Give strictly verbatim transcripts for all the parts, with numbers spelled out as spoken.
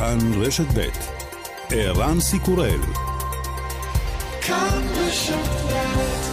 כאן רשת ב' ערן סיקורל. כאן רשת ב'.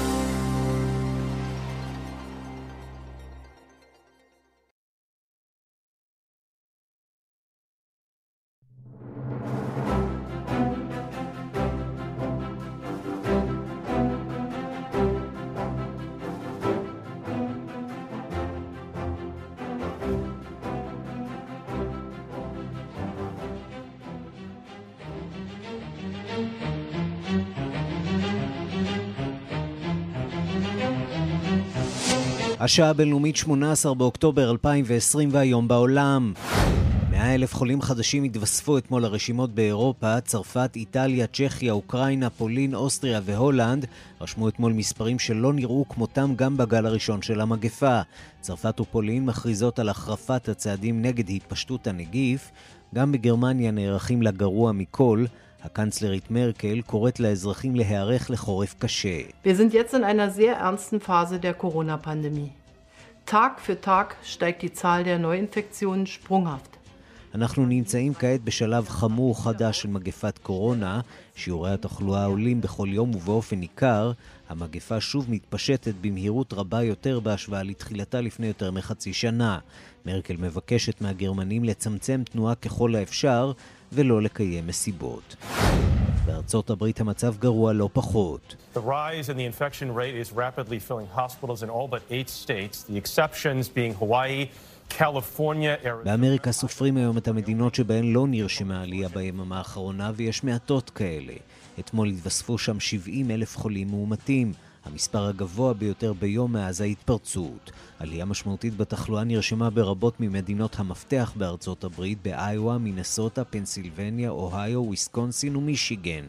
השעה הבינלאומית שמונה עשר באוקטובר אלפיים ועשרים והיום בעולם. מאה אלף חולים חדשים התווספו אתמול לרשימות באירופה. צרפת, איטליה, צ'כיה, אוקראינה, פולין, אוסטריה והולנד רשמו אתמול מספרים שלא נראו כמותם גם בגל הראשון של המגפה. צרפת ופולין מכריזות על החרפת הצעדים נגד התפשטות הנגיף. גם בגרמניה נערכים לגרוע מכל. הקנצלרית מרקל קוראת לאזרחים להיערך לחורף קשה. Wir sind jetzt in einer sehr ernsten Phase der Corona-Pandemie. Tag für Tag steigt die Zahl der Neuinfektionen sprunghaft. אנחנו נמצאים כעת בשלב חמור חדש של מגפת קורונה. שיעורי התחלואה עולים בכל יום ובאופן ניכר. המגפה שוב מתפשטת במהירות רבה יותר בהשוואה לתחילתה לפני יותר מחצי שנה. מרקל מבקשת מהגרמנים לצמצם תנועה ככל האפשר ולא לקיים מסיבות. בארצות הברית המצב גרוע לא פחות. The rise in the infection rate is rapidly filling hospitals in all but eight states, the exceptions being Hawaii, California, Arizona. באמריקה סופרים היום את המדינות שבהן לא נרשמה עלייה ביממה האחרונה, ויש מעטות כאלה. אתמול התווספו שם שבעים אלף חולים מאומתים, המספר הגבוה ביותר ביום מאז ההתפרצות. עלייה משמעותית בתחלואה נרשמה ברבות ממדינות המפתח בארצות הברית, באיואה, מינסוטה, פנסילבניה, אוהיו, וויסקונסין ומישיגן.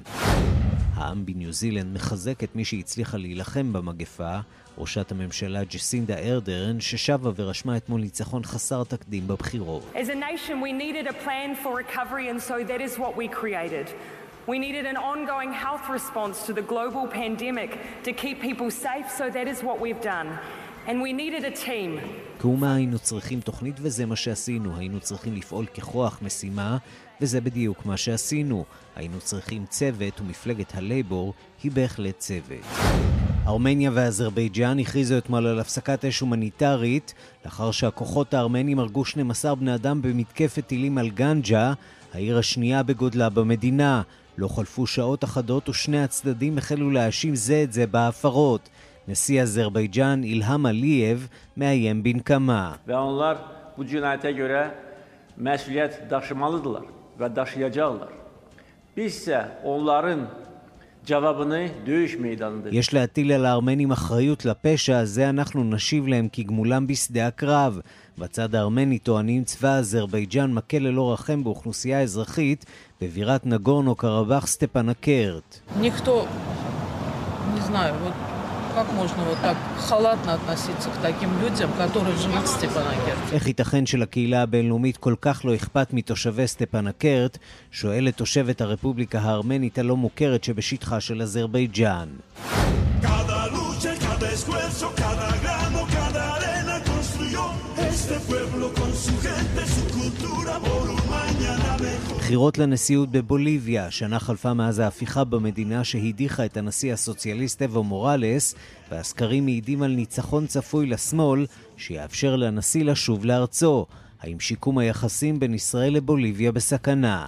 העם בניו זילנד מחזק את מי שהצליחה להילחם במגפה, ראשת הממשלה ג'סינדה ארדרן, ששבה ורשמה אתמול ניצחון חסר תקדים בבחירות. As a nation we needed a plan for recovery and so that is what we created. We needed an ongoing health response to the global pandemic to keep people safe, so that is what we've done. And we needed a team. כאומה היינו צריכים תוכנית וזה מה שעשינו. היינו צריכים לפעול ככוח משימה וזה בדיוק מה שעשינו. היינו צריכים צוות ומפלגת הלייבור היא בהחלט צוות. ארמניה ואזרבייג'אן הכריזו אתמול על הפסקת אש הומניטרית לאחר שהכוחות הארמנים הרגו שנים עשר בני אדם במתקפת טילים על גנג'ה, העיר השנייה בגודלה במדינה. לא חלפו שעות אחדות ושני הצדדים החלו להאשים זה את זה בהפרות. נשיא אזרבייג'אן אילהam Aliyev מאיים בנקמה. Ve onlar bu cinayete göre mesuliyet taşımalıdırlar ve taşıyacaklar. Bizse onların cevabını dövüş meydanında. יש להטיל על הארמנים אחריות לפשע הזה, אנחנו נשיב להם כגמולם בשדה הקרב. בצד הארמני טוענים צבא אזרבייג'אן מכה ללא רחם באוכלוסייה אזרחית בבירת נגורנו קרבאח סטפנקרט. Никто не знаю, вот как можно вот так халатно относиться к таким людям, которые живут в Степанакерте. איך ייתכן שלקהילה הבינלאומית כל כך לא אכפת מתושבי סטפנקרט? שואלת תושבת הרפובליקה הארמנית הלא מוכרת שבשטחה של אזרבייג'אן. Cada lucha, cada esfuerzo, cada grano, cada arena construyó este pueblo con su gente, su cultura por un mañana mejor. בחירות לנשיאות בבוליביה, שנה חלפה מאז ההפיכה במדינה שהדיחה את הנשיא הסוציאליסט אבו מורלס, והסקרים מעידים על ניצחון צפוי לשמאל שיאפשר לנשיא לשוב לארצו. האם שיקום היחסים בין ישראל לבוליביה בסכנה?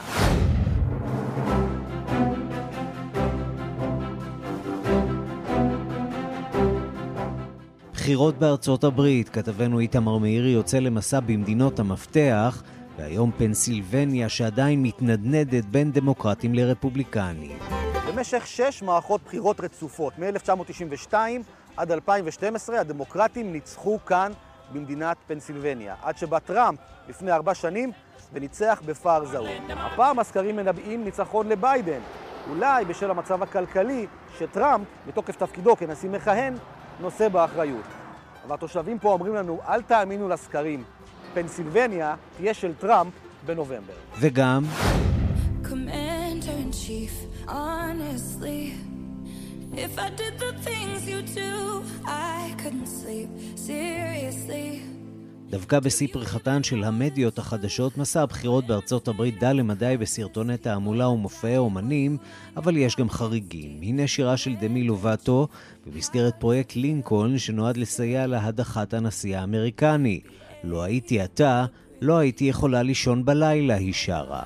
בחירות בארצות הברית, כתבנו איתמר מאירי יוצא למסע במדינות המפתח, והיום פנסילבניה שעדיין מתנדנדת בין דמוקרטים לרפובליקנים. במשך שש מערכות בחירות רצופות, מ-אלף תשע מאות תשעים ושתיים עד אלפיים ושתים עשרה, הדמוקרטים ניצחו כאן במדינת פנסילבניה, עד שבא טראמפ לפני ארבע שנים וניצח בפער זהות. הפעם הסקרים מנבאים ניצחון לביידן, אולי בשל המצב הכלכלי שטראמפ, בתוקף תפקידו כנשיא מכהן, נושא באחריות. אבל התושבים פה אומרים לנו, אל תאמינו לסקרים. פנסילבניה תהיה של טראמפ בנובמבר. וגם Commander in chief, honestly, if I did the things you do, I couldn't sleep, seriously. דווקא בשיא פריחתן של המדיות החדשות, מסע הבחירות בארצות הברית דל למדי בסרטוני תעמולה ומופעי אומנים, אבל יש גם חריגים. הנה שירה של דמי לובטו במסגרת פרויקט לינקולן שנועד לסייע להדחת הנשיא האמריקני. לא הייתי אתה, לא הייתי יכולה לישון בלילה, היא שרה.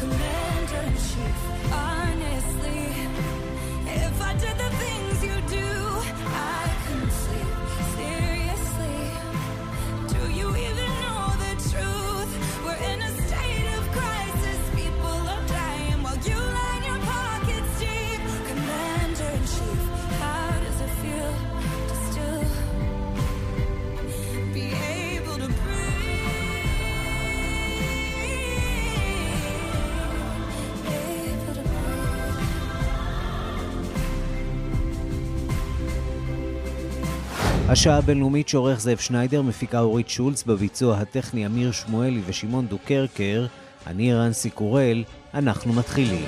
השעה הבינלאומית שעורך זאב שניידר, מפיקה אורית שולץ, בביצוע הטכני אמיר שמואלי ושמעון דוקרקר. אני רנסי קורל, אנחנו מתחילים.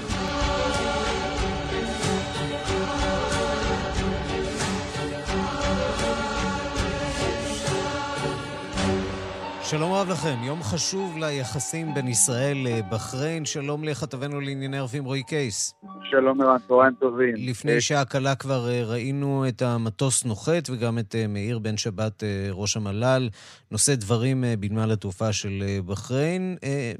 שלום רב לכם, יום חשוב ליחסים בין ישראל לבחריין. שלום לכתבנו לענייני ערבים רועי קייס. שלום ערן, צהריים טובים. לפני שעה קלה כבר ראינו את המטוס נוחת וגם את מאיר בן שבת ראש המל"ל נושא דברים בנמל התעופה של בחריין.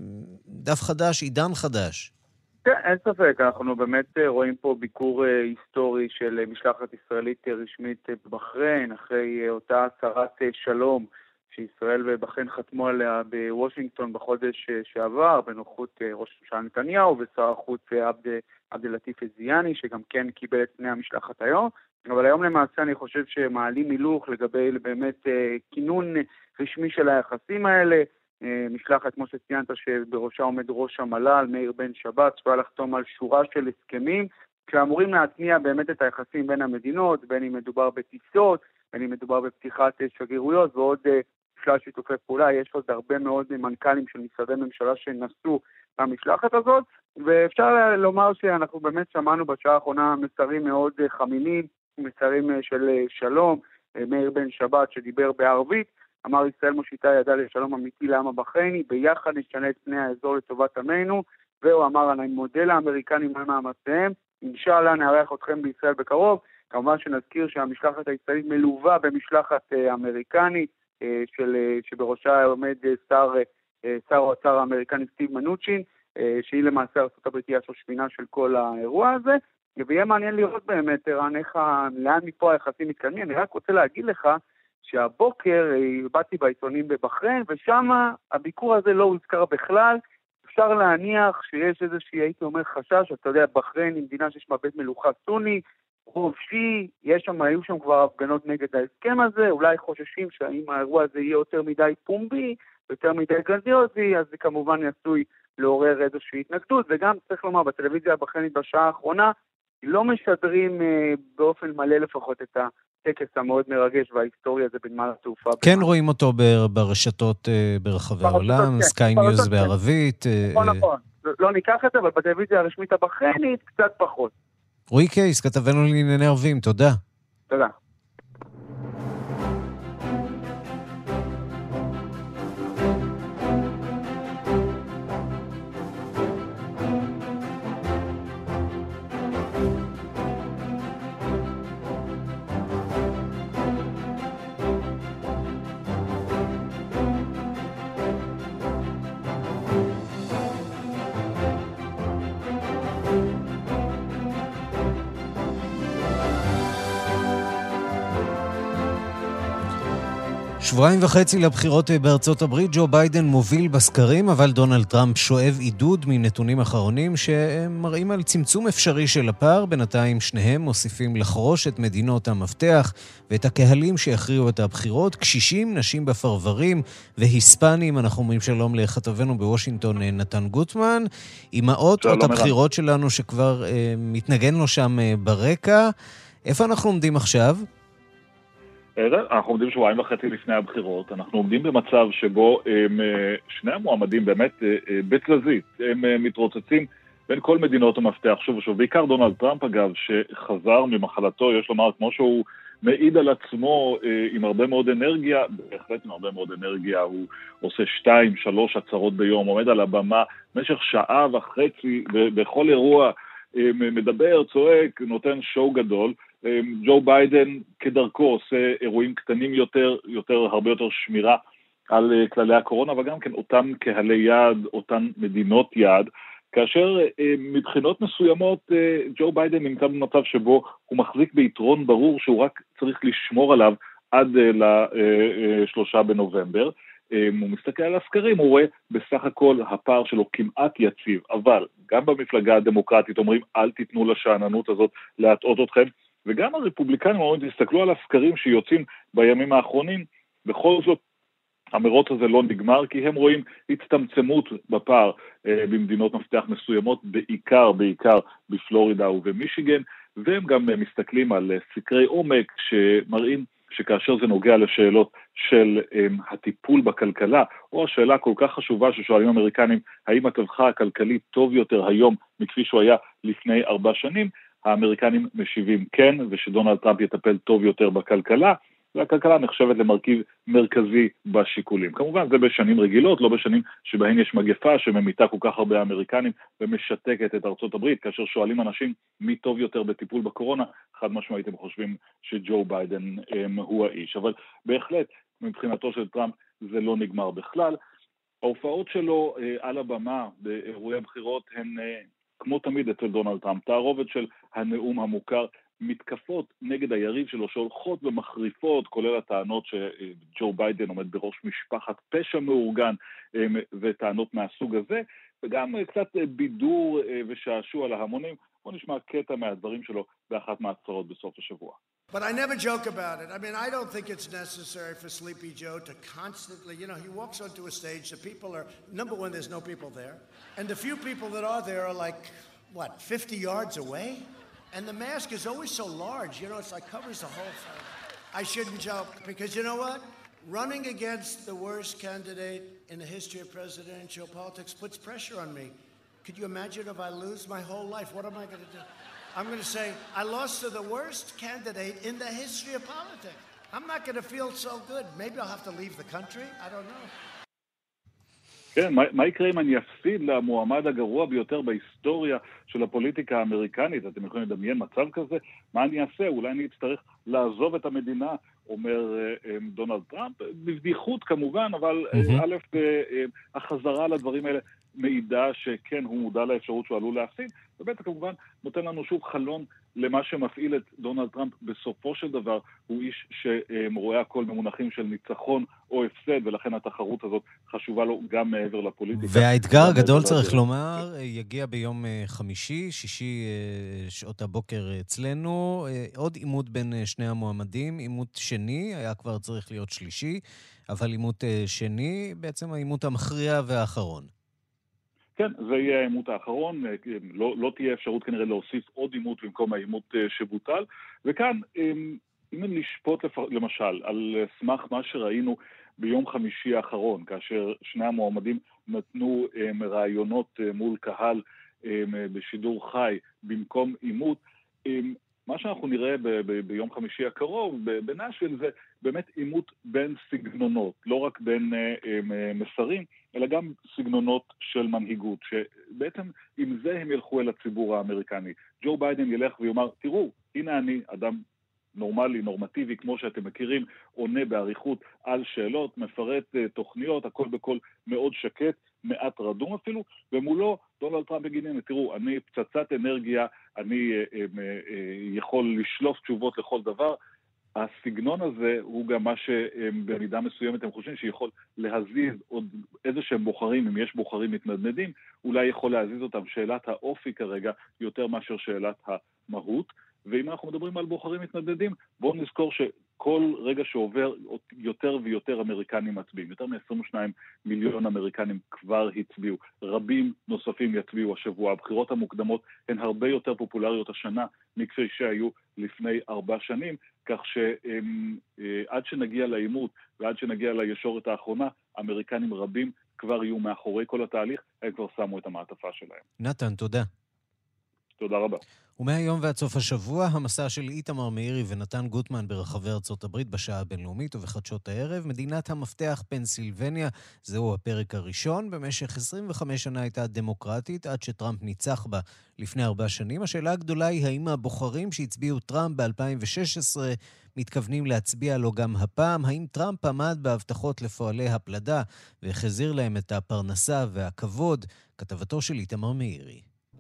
דף חדש, עידן חדש. כן, אין ספק, אנחנו באמת רואים פה ביקור היסטורי של משלחת ישראלית רשמית בבחריין, אחרי אותה הצהרת שלום שישראל ובחריין חתמו עליה בוושינגטון בחודש שעבר, בנוכחות ראש הממשלה נתניהו ושר החוץ עבד עבד אל-לטיף א-זיאני, שגם כן קיבל את פני המשלחת היום. אבל היום למעשה אני חושב שמעלים הילוך לגבי באמת כינון רשמי של היחסים האלה. משלחת, כמו שציינת, שבראשה עומד ראש המל"ל, מאיר בן שבת, שהיה לחתום על שורה של הסכמים, שאמורים להתניע באמת את היחסים בין המדינות, בין אם מדובר בטיסות, בין אם מדובר בפתיחת שגרירויות, ועוד שלל שיתופי פעולה. יש עוד הרבה מאוד מנכ"לים של משרדי ממשלה שנסו במשלחת הזאת, ואפשר לומר שאנחנו באמת שמענו בשעה האחרונה מסרים מאוד חמימים, מסרים של שלום. מאיר בן שבת שדיבר בערבית, אמר ישראל מושיטה ידה לשלום אמיתי לעם הבחרייני, ביחד נשנה את פני האזור לטובת עמנו, והוא אמר, אני מודה לאמריקנים על מאמציהם, אינשאללה נארח אתכם בישראל בקרוב. כמובן שנזכיר שהמשלחת הישראלית מלווה במשלחת אמריקנית, של, שבראשה עומד שר, שר האוצר האמריקני סטיב מנוצ'ין, שהיא למעשה ארצות הברית היא השושבינה של כל האירוע הזה, ויהיה מעניין לראות באמת, ערן, איך, לאן מפה היחסים מתקדמים. אני רק רוצה להגיד לך, שהבוקר באתי בעיתונים בבחריין, ושם הביקור הזה לא הוזכר בכלל. אפשר להניח שיש איזושהי, הייתי אומר, חשש, אתה יודע, בחריין היא מדינה שיש בה בית מלוכה סוני, רוב שיעי, יש שם, היו שם כבר הפגנות נגד ההסכם הזה, אולי חוששים שאם האירוע הזה יהיה יותר מדי פומבי, יותר מדי גרנדיוזי, אז זה כמובן יעשוי לעורר איזושהי התנגדות, וגם צריך לומר, בטלוויזיה הבחריינית בשעה האחרונה, לא משדרים אה, באופן מלא לפחות את הטקס המאוד מרגש וההיסטוריה הזה בנמל התעופה. כן בנמל. רואים אותו ברשתות אה, ברחבי העולם, סקיי ניוז בערבית. נכון, אה, נכון. לא, לא ניקח את זה, אבל בטלוויזיה הרשמית הבחריינית קצת פחות. רועי קייס, כתבנו לענייני ערבים, תודה. תודה. שבועיים וחצי לבחירות בארצות הברית, ג'ו ביידן מוביל בסקרים, אבל דונלד טראמפ שואב עידוד מנתונים אחרונים שמראים על צמצום אפשרי של הפער. בינתיים שניהם מוסיפים לחרוש את מדינות המפתח ואת הקהלים שהכריעו את הבחירות, קשישים, נשים בפרברים והיספנים. אנחנו אומרים שלום לכתבנו בוושינגטון נתן גוטמן, אמאות את הבחירות שלנו שכבר אה, מתנגן לו שם אה, ברקע. איפה אנחנו עומדים עכשיו? אנחנו עומדים שבועיים וחצי לפני הבחירות, אנחנו עומדים במצב שבו הם, שני המועמדים באמת בתלזית, הם מתרוצצים בין כל מדינות המפתח, שוב ושוב, בעיקר דונלד טראמפ אגב, שחזר ממחלתו, יש לומר, כמו שהוא מעיד על עצמו אה, עם הרבה מאוד אנרגיה, בהחלט עם הרבה מאוד אנרגיה, הוא עושה שתיים, שלוש הצהרות ביום, עומד על הבמה במשך שעה וחצי, בכל אירוע אה, מדבר, צועק, נותן שואו גדול. אה, ג'ו ביידן כדרכו עושה אירועים קטנים יותר, יותר הרבה יותר שמירה על אה, כללי הקורונה, אבל גם כן אותם קהלי יעד, אותן מדינות יעד, כאשר אה, מבחינות מסוימות אה, ג'ו ביידן נמצא במצב שבו הוא מחזיק ביתרון ברור שהוא רק צריך לשמור עליו עד אה, ל-שלושה בנובמבר. אה, הוא מסתכל על הסקרים, הוא רואה בסך הכל הפער שלו כמעט יציב, אבל גם במפלגה הדמוקרטית אומרים אל תיתנו לשעננות הזאת להטעות אתכם, וגם הרפובליקנים אומרים תסתכלו על הסקרים שיוצאים בימים האחרונים, בכל זאת המרוץ הזה לא נגמר, כי הם רואים הצטמצמות בפער אה, במדינות מפתח מסוימות, בעיקר, בעיקר בפלורידה ובמישיגן, והם גם אה, מסתכלים על אה, סקרי עומק שמראים שכאשר זה נוגע לשאלות של אה, הטיפול בכלכלה, או השאלה כל כך חשובה ששואלים אמריקנים, האם הטווח הכלכלי טוב יותר היום מכפי שהוא היה לפני ארבע שנים, האמריקנים משיבים כן, ושדונלד טראמפ יטפל טוב יותר בכלכלה, והכלכלה נחשבת למרכיב מרכזי בשיקולים. כמובן, זה בשנים רגילות, לא בשנים שבהן יש מגפה שממיתה כל כך הרבה אמריקנים ומשתקת את ארצות הברית. כאשר שואלים אנשים מי טוב יותר בטיפול בקורונה, חד משמעית הם חושבים שג'ו ביידן הם, הוא האיש. אבל בהחלט, מבחינתו של טראמפ זה לא נגמר בכלל. ההופעות שלו אה, על הבמה באירועי הבחירות הן אה, כמו תמיד אצל דונלד טראמפ, תערובת של הנאום המוכר, מתקפות נגד היריב שלו שהולכות ומחריפות, כולל הטענות שג'ו ביידן עומד בראש משפחת פשע מאורגן וטענות מהסוג הזה, וגם קצת בידור ושעשוע להמונים. בוא נשמע קטע מהדברים שלו באחת מההצהרות בסוף השבוע. But I never joke about it. I mean, I don't think it's necessary for Sleepy Joe to constantly, you know, he walks onto a stage, the people are, number one, there's no people there. And the few people that are there are like, what, fifty yards away? And the mask is always so large, you know, it's like covers the whole thing. I shouldn't joke, because you know what? Running against the worst candidate in the history of presidential politics puts pressure on me. Could you imagine if I lose my whole life? What am I going to do? I'm going to say, I lost to the worst candidate in the history of politics. I'm not going to feel so good. Maybe I'll have to leave the country. I don't know. כן, מה, מה יקרה אם אני אפסיד למועמד הגרוע ביותר בהיסטוריה של הפוליטיקה האמריקנית? אתם יכולים לדמיין מצב כזה? מה אני אעשה? אולי אני אצטרך לעזוב את המדינה, אומר אה, דונלד טראמפ, בבדיחות כמובן, אבל mm-hmm. א', אה, אה, החזרה לדברים האלה מעידה שכן, הוא מודע לאפשרות שהוא עלול להפסיד, ובטח כמובן נותן לנו שוב חלון למה שמפעיל את דונלד טראמפ. בסופו של דבר הוא איש שרואה הכל במונחים של ניצחון או הפסד, ולכן התחרות הזאת חשובה לו גם מעבר לפוליטיקה. והאתגר הגדול צריך לומר יגיע ביום חמישי, שישי שעות הבוקר אצלנו, עוד עימות בין שני המועמדים, עימות שני, היה כבר צריך להיות שלישי, אבל עימות שני, בעצם העימות המכריע והאחרון. כן, זה יהיה העימות האחרון, לא, לא תהיה אפשרות כנראה להוסיף עוד עימות במקום העימות שבוטל, וכאן, אם נשפוט למשל על סמך מה שראינו ביום חמישי האחרון, כאשר שני המועמדים נתנו רעיונות מול קהל בשידור חי במקום עימות, מה שאנחנו נראה ב- ב- ביום חמישי הקרוב בנשוויל זה באמת עימות בין סגנונות, לא רק בין uh, um, מסרים, אלא גם סגנונות של מנהיגות, שבעצם עם זה הם ילכו אל הציבור האמריקני. ג'ו ביידן ילך ויאמר, תראו, הנה אני, אדם נורמלי, נורמטיבי, כמו שאתם מכירים, עונה בעריכות על שאלות, מפרט uh, תוכניות, הכל בכל מאוד שקט, מעט רדום אפילו, ומולו דונלד טראמפ יגיד, הנה, תראו, אני פצצת אנרגיה, אני אה, אה, אה, יכול לשלוף תשובות לכל דבר. הסגנון הזה הוא גם מה שבמידה מסוימת הם חושבים שיכול להזיז עוד איזה שהם בוחרים, אם יש בוחרים מתנדנדים, אולי יכול להזיז אותם. שאלת האופי כרגע יותר מאשר שאלת המהות. ואם אנחנו מדברים על בוחרים מתנדנדים, בואו נזכור שכל רגע שעובר יותר ויותר אמריקנים מצביעים. יותר מ-עשרים ושניים מיליון אמריקנים כבר הצביעו. רבים נוספים יצביעו השבוע. הבחירות המוקדמות הן הרבה יותר פופולריות השנה מכפי שהיו לפני ארבע שנים, כך שעד שנגיע לעימות ועד שנגיע לישורת האחרונה, אמריקנים רבים כבר יהיו מאחורי כל התהליך, הם כבר שמו את המעטפה שלהם. נתן, תודה. תודה רבה. ומהיום ועד סוף השבוע, המסע של איתמר מאירי ונתן גוטמן ברחבי ארצות הברית בשעה הבינלאומית ובחדשות הערב. מדינת המפתח פנסילבניה, זהו הפרק הראשון. במשך עשרים וחמש שנה הייתה דמוקרטית, עד שטראמפ ניצח בה לפני ארבע שנים. השאלה הגדולה היא האם הבוחרים שהצביעו טראמפ ב-אלפיים ושש עשרה מתכוונים להצביע לו גם הפעם. האם טראמפ עמד בהבטחות לפועלי הפלדה והחזיר להם את הפרנסה והכבוד? כתבתו של איתמר מאירי.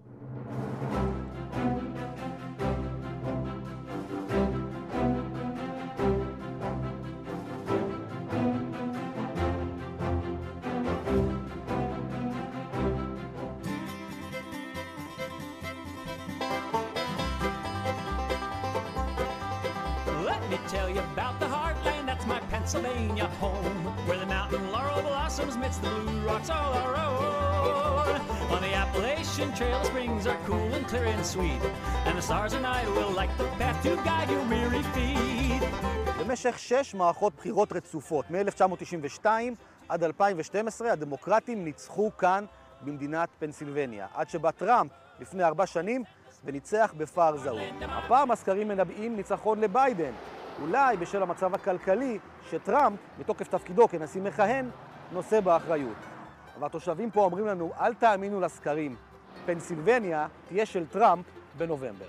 Tell you about the heartland, that's my Pennsylvania home, where the mountain laurel blossoms amidst the blue rocks all around. On the Appalachian Trail, the springs are cool and clear and sweet, and the stars at night will light the path to guide your weary feet. במשך שש מערכות בחירות רצופות, מ-אלף תשע מאות תשעים ושתיים עד אלפיים ושתים עשרה, הדמוקרטים ניצחו כאן במדינת פנסילבניה, עד שבא טראמפ לפני ארבע שנים וניצח בפער זהות. הפעם הסקרים מנבאים ניצחון לביידן, אולי בשל המצב הכלכלי שטראמפ, בתוקף תפקידו כנשיא מכהן, נושא באחריות. אבל התושבים פה אומרים לנו, אל תאמינו לסקרים, פנסילבניה תהיה של טראמפ בנובמבר.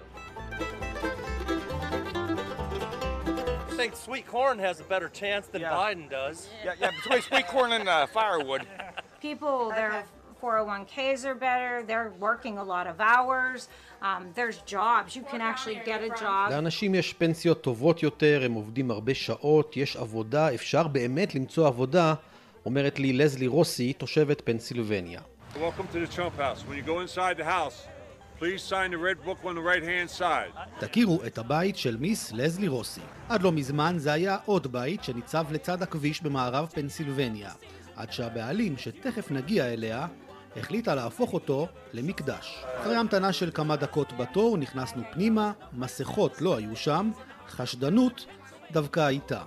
I think sweet corn has a better chance than yeah. Biden does. Yeah, yeah, between sweet corn and uh, firewood. People, their four oh one k's are better, they're working a lot of hours, um, there's jobs, you can actually get a job. לאנשים יש פנסיות טובות יותר, הם עובדים הרבה שעות, יש עבודה, אפשר באמת למצוא עבודה, אומרת לי לזלי רוסי, תושבת פנסילבניה. Welcome to the Trump house. When you go inside the house, please sign the red book on the right hand side. תכירו את הבית של מיס לזלי רוסי. עד לא מזמן זה היה עוד בית שניצב לצד הכביש במערב פנסילבניה, עד שהבעלים שתכף נגיע אליה החליטה להפוך אותו למקדש. אחרי המתנה של כמה דקות בתור נכנסנו פנימה, מסכות לא היו שם, חשדנות דווקא הייתה.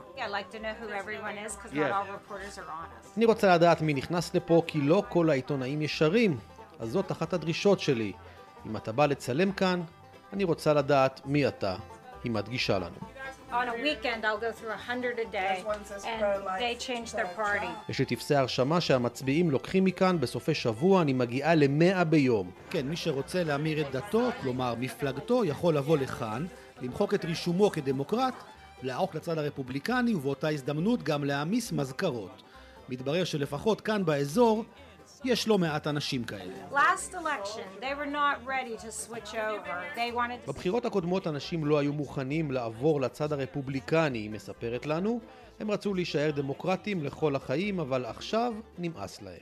אני רוצה לדעת מי נכנס לפה כי לא כל העיתונאים ישרים, אז זאת אחת הדרישות שלי. אם אתה בא לצלם כאן, אני רוצה לדעת מי אתה, היא מדגישה לנו. On a weekend I'll go through a hundred a day and they change their party. יש לי תפסי הרשמה שהמצביעים לוקחים מכאן בסופי שבוע, אני מגיעה למאה ביום. כן, מי שרוצה להמיר את דתו, כלומר מפלגתו, יכול לבוא לכאן, למחוק את רישומו כדמוקרט, לערוק לצד הרפובליקני ובאותה הזדמנות גם להעמיס מזכרות. מתברר שלפחות כאן באזור יש לא מעט אנשים כאלה. Last election, they were not ready to switch over. They wanted to... בבחירות הקודמות אנשים לא היו מוכנים לעבור לצד הרפובליקני, היא מספרת לנו. הם רצו להישאר דמוקרטים לכל החיים, אבל עכשיו נמאס להם.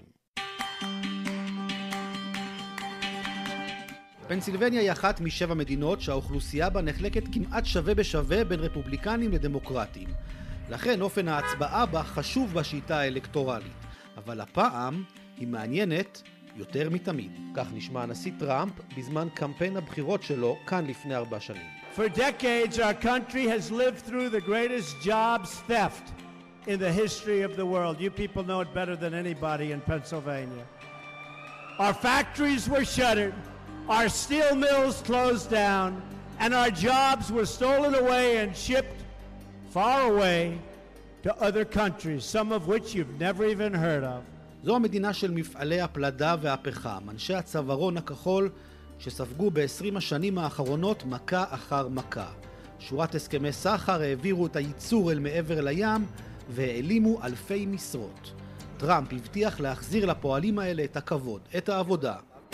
פנסילבניה היא אחת משבע מדינות שהאוכלוסייה בה נחלקת כמעט שווה בשווה בין רפובליקנים לדמוקרטים. לכן אופן ההצבעה בה חשוב בשיטה האלקטורלית. אבל הפעם היא מעניינת יותר מתמיד. כך נשמע הנשיא טראמפ בזמן קמפיין הבחירות שלו כאן לפני ארבע שנים. For decades our country has lived through the greatest jobs theft in the history of the world. You people know it better than anybody in Pennsylvania. Our factories were shuttered, our steel mills closed down, and our jobs were stolen away and shipped far away to other countries, some of which you've never even heard of. זו המדינה של מפעלי הפלדה והפחם, אנשי הצווארון הכחול שספגו ב-עשרים השנים האחרונות מכה אחר מכה. שורת הסכמי סחר העבירו את הייצור אל מעבר לים והעלימו אלפי משרות. טראמפ הבטיח להחזיר לפועלים האלה את הכבוד, את העבודה.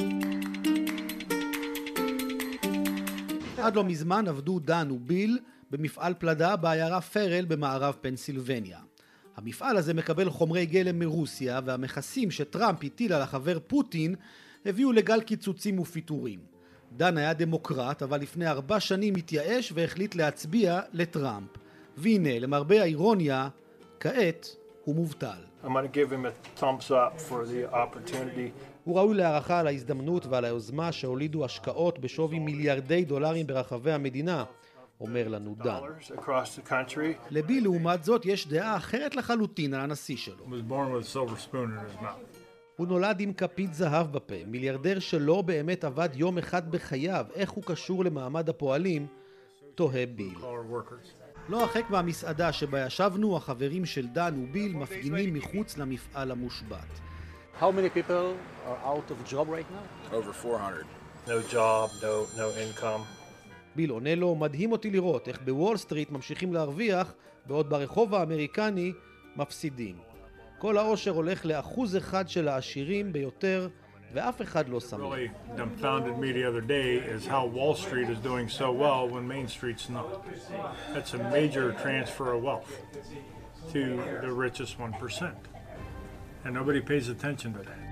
עד לא מזמן עבדו דן וביל במפעל פלדה בעיירה פרל במערב פנסילבניה. המפעל הזה מקבל חומרי גלם מרוסיה, והמכסים שטראמפ הטיל על החבר פוטין הביאו לגל קיצוצים ופיטורים. דן היה דמוקרט, אבל לפני ארבע שנים התייאש והחליט להצביע לטראמפ. והנה, למרבה האירוניה, כעת הוא מובטל. I'm going to give him a thumbs up for the opportunity. הוא ראוי להערכה על ההזדמנות ועל היוזמה שהולידו השקעות בשווי מיליארדי דולרים ברחבי המדינה, אומר לנו דן. לבי לעומת זאת יש דעה אחרת לחלוטין על הנשיא שלו. הוא נולד עם כפית זהב בפה, מיליארדר שלא באמת עבד יום אחד בחייו. איך הוא קשור למעמד הפועלים? תוהה ביל. לא הרחק מהמסעדה שבה ישבנו, החברים של דן וביל מפגינים מחוץ למפעל המושבת. How many people are out of job right now? Over four hundred. No job, no, no income. ביל עונה לו, מדהים אותי לראות איך בוול סטריט ממשיכים להרוויח, בעוד ברחוב האמריקני מפסידים. כל העושר הולך לאחוז אחד של העשירים ביותר, ואף אחד לא שמח. Really dumbfounded me the other day is how Wall Street is doing so well when Main Street's not. That's a major transfer of wealth to the richest one percent. And nobody pays attention to that.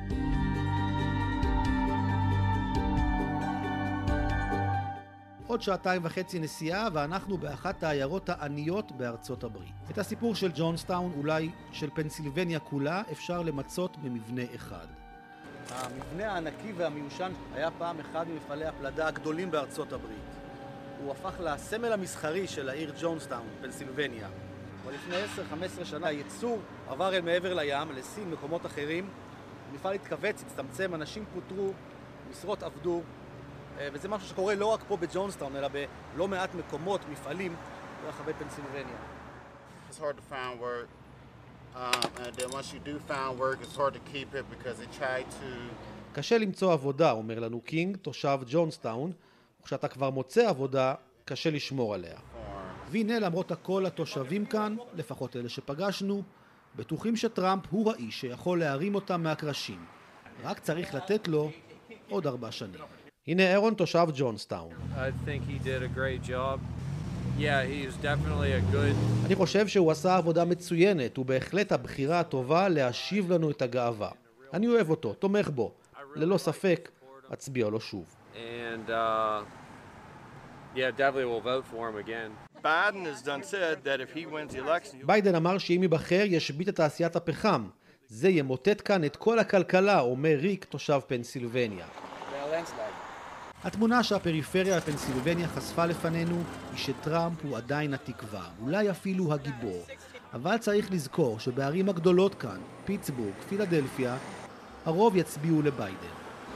עוד שעתיים וחצי נסיעה ואנחנו באחת העיירות העניות בארצות הברית. את הסיפור של ג'ונסטאון, אולי של פנסילבניה כולה, אפשר למצות במבנה אחד. המבנה הענקי והמיושן היה פעם אחד ממפעלי הפלדה הגדולים בארצות הברית. הוא הפך לסמל המסחרי של העיר ג'ונסטאון, פנסילבניה. אבל לפני עשר חמש עשרה שנה הייצור עבר אל מעבר לים, לסין, מקומות אחרים. המפעל התכווץ, הצטמצם, אנשים פוטרו, משרות עבדו, וזה משהו שקורה לא רק פה בג'ונסטאון, אלא בלא מעט מקומות, מפעלים, ברחבי פנסילבניה. It's hard to find work. Um, and then once you do find work, it's hard to keep it because they try to... קשה למצוא עבודה, אומר לנו קינג, תושב ג'ונסטאון, וכשאתה כבר מוצא עבודה, קשה לשמור עליה. והנה למרות הכל התושבים כאן, לפחות אלה שפגשנו, בטוחים שטראמפ הוא האיש שיכול להרים אותם מהקרשים. רק צריך לתת לו עוד ארבע שנים. הנה אירון, תושב ג'ונסטאון. I think he did a great job. Yeah, he is definitely a good... אני חושב שהוא עשה עבודה מצוינת, ובהחלט הבחירה הטובה להשיב לנו את הגאווה. אני אוהב אותו, תומך בו. ללא ספק, אצביע לו שוב. And uh yeah, definitely will vote for him again. Biden has done said that if he wins the election... ביידן אמר שאם ייבחר ישבית את תעשיית הפחם. זה ימוטט כאן את כל הכלכלה, אומר ריק, תושב פנסילבניה. התמונה שהפריפריה הפנסילבניה חשפה לפנינו היא שטראמפ הוא עדיין התקווה, אולי אפילו הגיבור. אבל צריך לזכור שבערים הגדולות כאן, פיטסבורג, פילדלפיה, הרוב יצביעו לביידן.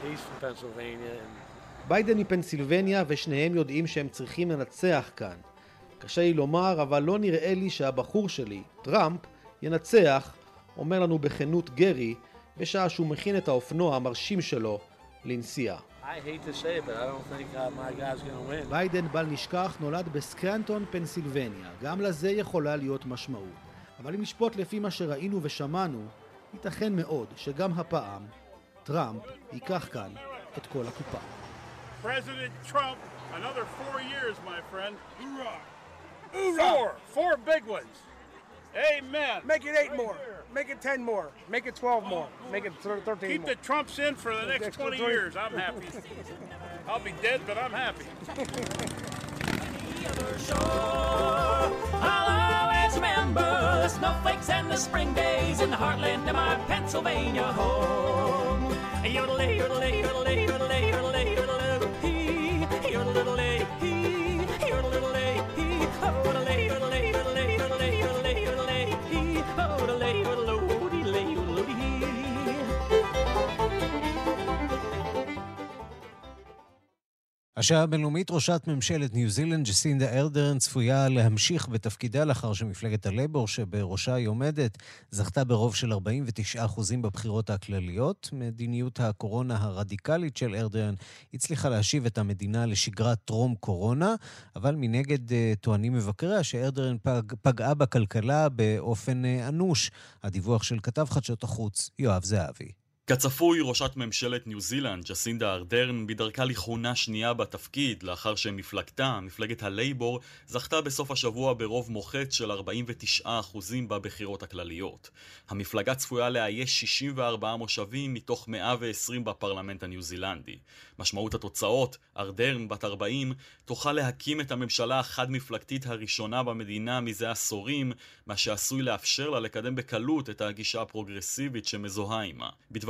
ביידן מפנסילבניה ושניהם יודעים שהם צריכים לנצח כאן. קשה לי לומר, אבל לא נראה לי שהבחור שלי, טראמפ, ינצח, אומר לנו בכנות גרי, בשעה שהוא מכין את האופנוע המרשים שלו לנסיעה. I hate to say it, but I don't think uh, my guy's going to win. ביידן בל נשכח נולד בסקרנטון, פנסילבניה. גם לזה יכולה להיות משמעות. אבל אם נשפוט לפי מה שראינו ושמענו, ייתכן מאוד שגם הפעם טראמפ ייקח כאן את כל הקופה. President Trump, another four years, my friend. Hoorah! Hoorah! Four, four big ones. Amen. Make it eight more. Make it ten more. Make it twelve more. Make it thirteen Keep more. the Trumps in for the next twenty years. I'm happy. I'll be dead, but I'm happy. I'll always remember the snowflakes and the spring days in the heartland of my Pennsylvania home. Yodelay, yodelay, yodelay, yodelay, yodelay, yodelay, yodelay, yodelay, yodelay, yodelay, השעה הבינלאומית, ראשת ממשלת ניו זילנד ג'סינדה ארדרן צפויה להמשיך בתפקידה לאחר שמפלגת הלייבור שבראשה היא עומדת זכתה ברוב של ארבעים ותשעה אחוז בבחירות הכלליות. מדיניות הקורונה הרדיקלית של ארדרן הצליחה להשיב את המדינה לשגרת טרום קורונה, אבל מנגד טוענים מבקריה שארדרן פג, פגעה בכלכלה באופן אנוש. הדיווח של כתב חדשות החוץ יואב זהבי. כצפוי, ראשת ממשלת ניו זילנד, ג'סינדה ארדרן, בדרכה לכהונה שנייה בתפקיד, לאחר שמפלגתה, מפלגת הלייבור, זכתה בסוף השבוע ברוב מוחץ של ארבעים ותשעה אחוז בבחירות הכלליות. המפלגה צפויה לאייש שישים וארבעה מושבים מתוך מאה ועשרים בפרלמנט הניו זילנדי. משמעות התוצאות, ארדרן, בת ארבעים, תוכל להקים את הממשלה החד-מפלגתית הראשונה במדינה מזה עשורים, מה שעשוי לאפשר לה לקדם בקלות את הגישה הפרוגרסיבית שמזוהה עימה. בדברים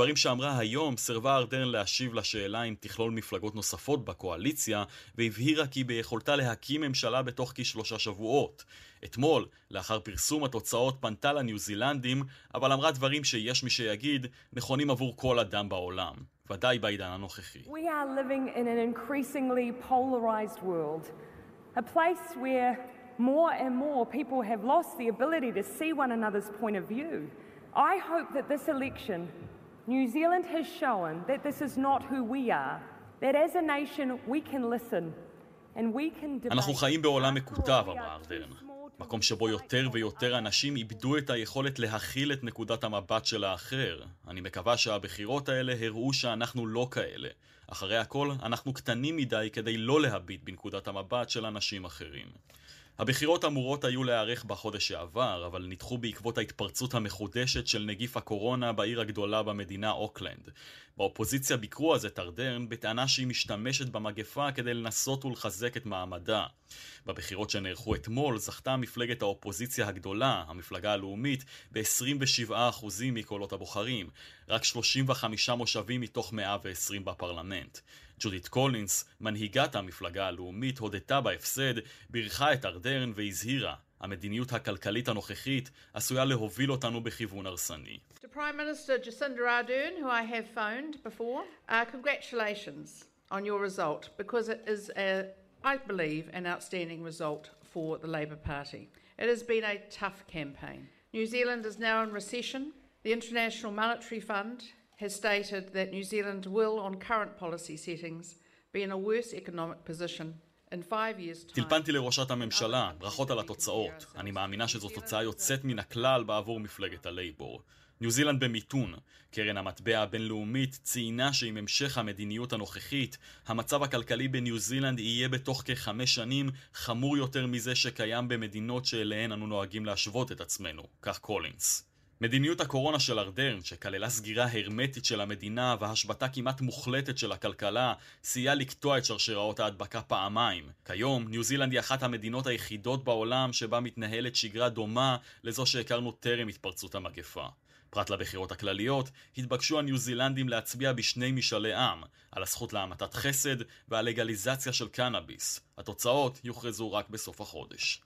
בדברים שאמרה היום, סרבה ארדרן להשיב לשאלה אם תכלול מפלגות נוספות בקואליציה, והבהירה כי ביכולתה להקים ממשלה בתוך כשלושה שבועות. אתמול, לאחר פרסום התוצאות, פנתה לניו זילנדים, אבל אמרה דברים שיש מי שיגיד נכונים עבור כל אדם בעולם. ודאי בעידן הנוכחי. We are living in an increasingly polarized world. A place where more and more people have lost the ability to see one another's point of view. I hope that this election, New Zealand has shown that this is not who we are. That as a nation we can listen and we can debate. אנחנו חיים בעולם מקוטב, אמרה ארדרן. מקום שבו יותר ויותר אנשים איבדו את היכולת להכיל את נקודת המבט של האחר. אני מקווה שהבחירות האלה הראו שאנחנו לא כאלה. אחרי הכל, אנחנו קטנים מדי כדי לא להביט בנקודת המבט של אנשים אחרים. הבחירות אמורות היו להיערך בחודש שעבר, אבל נדחו בעקבות ההתפרצות המחודשת של נגיף הקורונה בעיר הגדולה במדינה אוקלנד. באופוזיציה ביקרו אז את ארדרן בטענה שהיא משתמשת במגפה כדי לנסות ולחזק את מעמדה. בבחירות שנערכו אתמול זכתה מפלגת האופוזיציה הגדולה, המפלגה הלאומית, ב-עשרים ושבעה אחוז מקולות הבוחרים, רק שלושים וחמישה מושבים מתוך מאה ועשרים בפרלמנט. ג'ודית קולינס, מנהיגת המפלגה הלאומית, הודתה בהפסד, בירכה את ארדרן והזהירה. המדיניות הכלכלית הנוכחית עשויה להוביל אותנו בכיוון הרסני. To Prime Minister Jacinda Ardern, who I have phoned before, uh, congratulations on your result, because it is, a, I believe, an outstanding result for the Labour Party. It has been a tough campaign. New Zealand is now in recession. The International Monetary Fund has stated that New Zealand will, on current policy settings, be in a worse economic position in five years' time. טלפנתי לראשת הממשלה, ברכות על התוצאות. אני מאמינה שזו תוצאה יוצאת מן הכלל בעבור מפלגת הלייבור. ניו זילנד במיתון. קרן המטבע הבינלאומית ציינה שעם המשך המדיניות הנוכחית, המצב הכלכלי בניו זילנד יהיה בתוך כחמש שנים חמור יותר מזה שקיים במדינות שאליהן אנו נוהגים להשוות את עצמנו, כך קולינס. מדיניות הקורונה של ארדרן, שכללה סגירה הרמטית של המדינה והשבתה כמעט מוחלטת של הכלכלה, סייעה לקטוע את שרשראות ההדבקה פעמיים. כיום, ניו זילנד היא אחת המדינות היחידות בעולם שבה מתנהלת שגרה דומה לזו שהכרנו טרם התפרצות המגפה. פרט לבחירות הכלליות, התבקשו הניו זילנדים להצביע בשני משאלי עם, על הזכות להמתת חסד ועל לגליזציה של קנאביס. התוצאות יוכרזו רק בסוף החודש.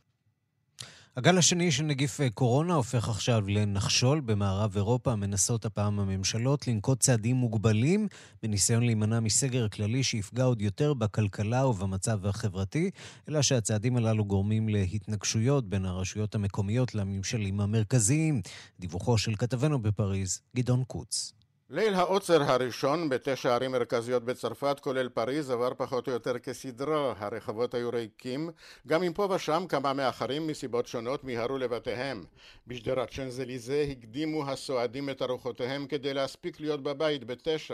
הגל השני של נגיף קורונה הופך עכשיו לנחשול במערב אירופה. מנסות הפעם הממשלות לנקוט צעדים מוגבלים בניסיון להימנע מסגר כללי שיפגע עוד יותר בכלכלה ובמצב החברתי, אלא שהצעדים הללו גורמים להתנגשויות בין הרשויות המקומיות לממשלים המרכזיים. דיווחו של כתבנו בפריז, גדעון קוץ. ליל העוצר הראשון בתשע ערים מרכזיות בצרפת, כולל פריז, עבר פחות או יותר כסדרה. הרחובות היו ריקים, גם אם פה ושם כמה מאחרים מסיבות שונות מיהרו לבתיהם. בשדרת שנזליזה הקדימו הסועדים את ארוחותיהם כדי להספיק להיות בבית בתשע.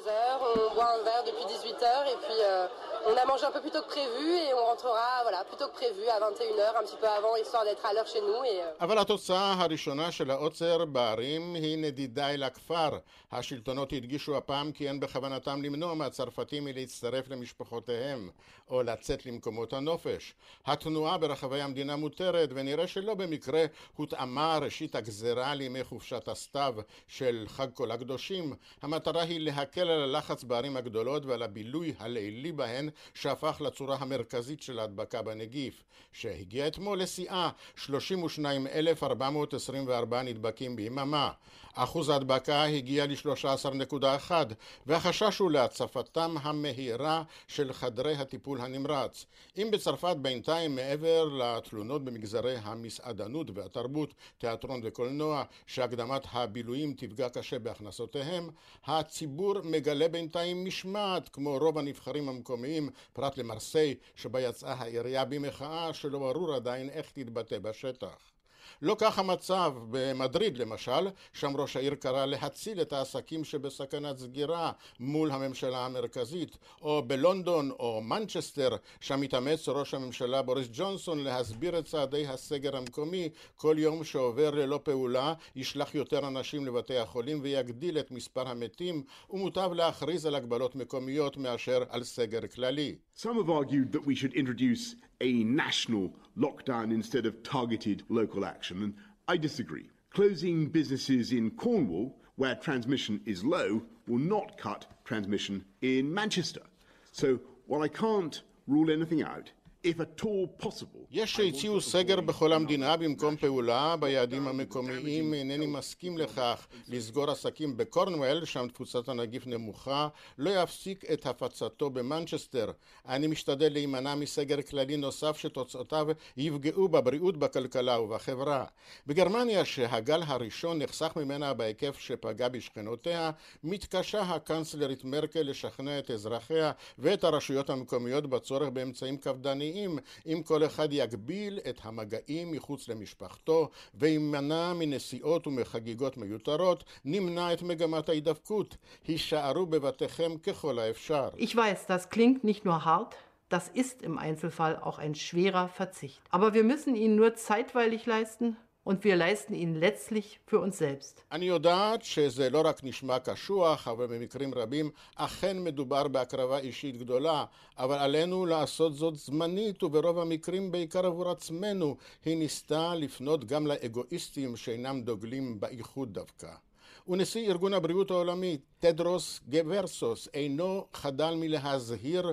On boit un verre depuis dix-huit heures et puis euh, on a mangé un peu plus tôt que prévu et on rentrera voilà, plus tôt que prévu à vingt et une heures, un petit peu avant, histoire d'être à l'heure chez nous. Et, euh... אבל התוצאה הראשונה של העוצר בערים היא נדידה אל הכפר. השלטונות הדגישו הפעם כי אין בכוונתם למנוע מהצרפתים מלהצטרף למשפחותיהם או לצאת למקומות הנופש. התנועה ברחבי המדינה מותרת, ונראה שלא במקרה הותאמה ראשית הגזרה לימי חופשת הסתיו של חג כל הקדושים. המטרה היא להקל על הלחץ בערים הגדולות ועל הבילוי הלילי בהן, שהפך לצורה המרכזית של ההדבקה בנגיף, שהגיע אתמול לשיאה שלושים ושניים אלף ארבע מאות עשרים וארבע נדבקים ביממה. אחוז ההדבקה הגיע ל-שלוש עשרה נקודה אחת, והחשש הוא להצפתם המהירה של חדרי הטיפול הנמרץ. אם בצרפת בינתיים, מעבר לתלונות במגזרי המסעדנות והתרבות, תיאטרון וקולנוע, שהקדמת הבילויים תפגע קשה בהכנסותיהם, הציבור מגלה בינתיים משמעת, כמו רוב הנבחרים המקומיים, פרט למרסיי, שבה יצאה העירייה במחאה שלא ברור עדיין איך תתבטא בשטח. לא כך המצב במדריד למשל, שם ראש העיר קרא להציל את העסקים שבסכנת סגירה מול הממשלה המרכזית, או בלונדון או מנצ'סטר, שם מתאמץ ראש הממשלה בוריס ג'ונסון להסביר את צעדי הסגר המקומי. כל יום שעובר ללא פעולה ישלח יותר אנשים לבתי החולים ויגדיל את מספר המתים, ומוטב להכריז על הגבלות מקומיות מאשר על סגר כללי. Some have argued that we should introduce a national lockdown instead of targeted local action, and I disagree. Closing businesses in Cornwall where transmission is low will not cut transmission in Manchester. So while I can't rule anything out, if at all possible. יש שהציעו סגר בכל המדינה במקום פעולה ביעדים המקומיים. אינני מסכים לכך. לסגור עסקים בקורנוול, שם תפוצת הנגיף נמוכה, לא יפסיק את הפצתו במנצ'סטר. אני משתדל להימנע מסגר כללי נוסף שתוצאותיו יפגעו בבריאות, בכלכלה ובחברה. בגרמניה, שהגל הראשון נחסך ממנה בהיקף שפגע בשכנותיה, מתקשה הקנצלרית מרקל לשכנע את אזרחיה ואת הרשויות המקומיות בצורך באמצעים קפדניים. אם כל אחד יגביל את המגעים מחוץ למשפחתו וימנע מנסיעות ומחגיגות מיותרות, נמנע את מגמת ההידבקות. הישארו בבתיכם ככל האפשר. Ich weiß, das klingt nicht nur hart, das ist im Einzelfall auch ein schwerer Verzicht. Aber wir müssen ihn nur zeitweilig leisten. Und wir leisten ihn letztlich für uns selbst. אני יודעת שזה לא רק נשמע קשוח, אבל במקרים רבים אכן מדובר בהקרבה אישית גדולה, אבל עלינו לעשות זאת זמנית, וברוב המקרים בעיקר עבור עצמנו. היא ניסתה לפנות גם לאגואיסטים שאינם דוגלים באיחוד דווקא. ונשיא ארגון הבריאות העולמי, טדרוס גברסוס, אינו חדל מלהזהיר